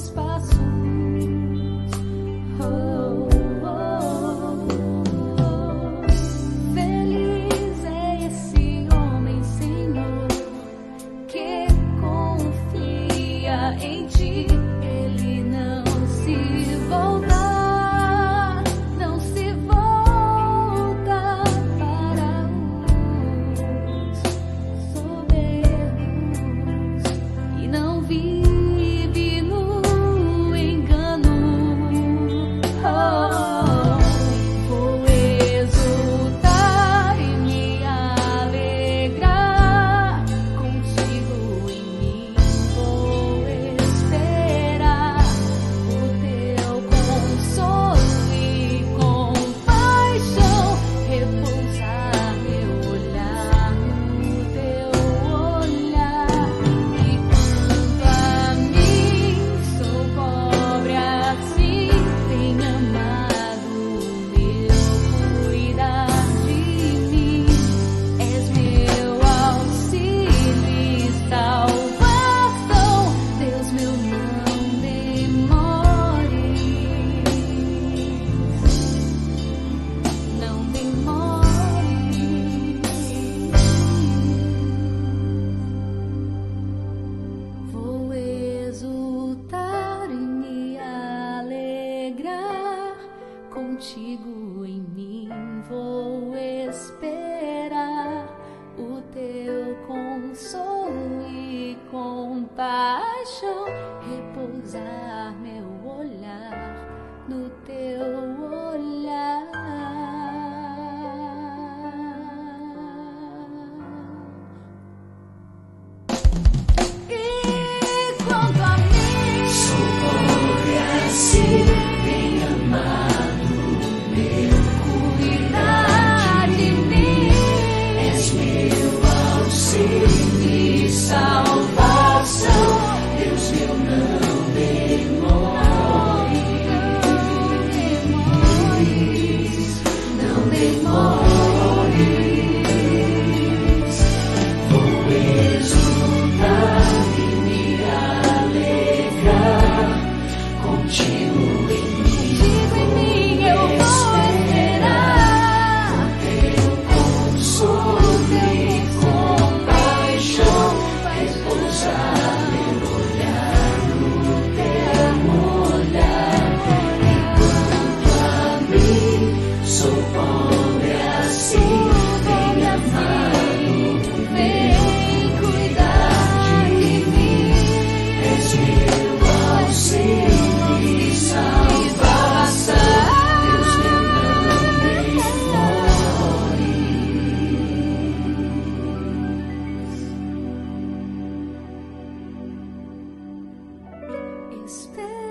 Dê-me salvação, Deus meu, não demores, não demores, vou exultar e me alegrar contigo em mim, eu vou esperar teu consolo e compaixão, repousar meu olhar no teu olhar. Enquanto a mim sou pobre assim, vem amado, vem cuidar de mim. És meu auxílio e salvação, Deus meu, não demores. Espera.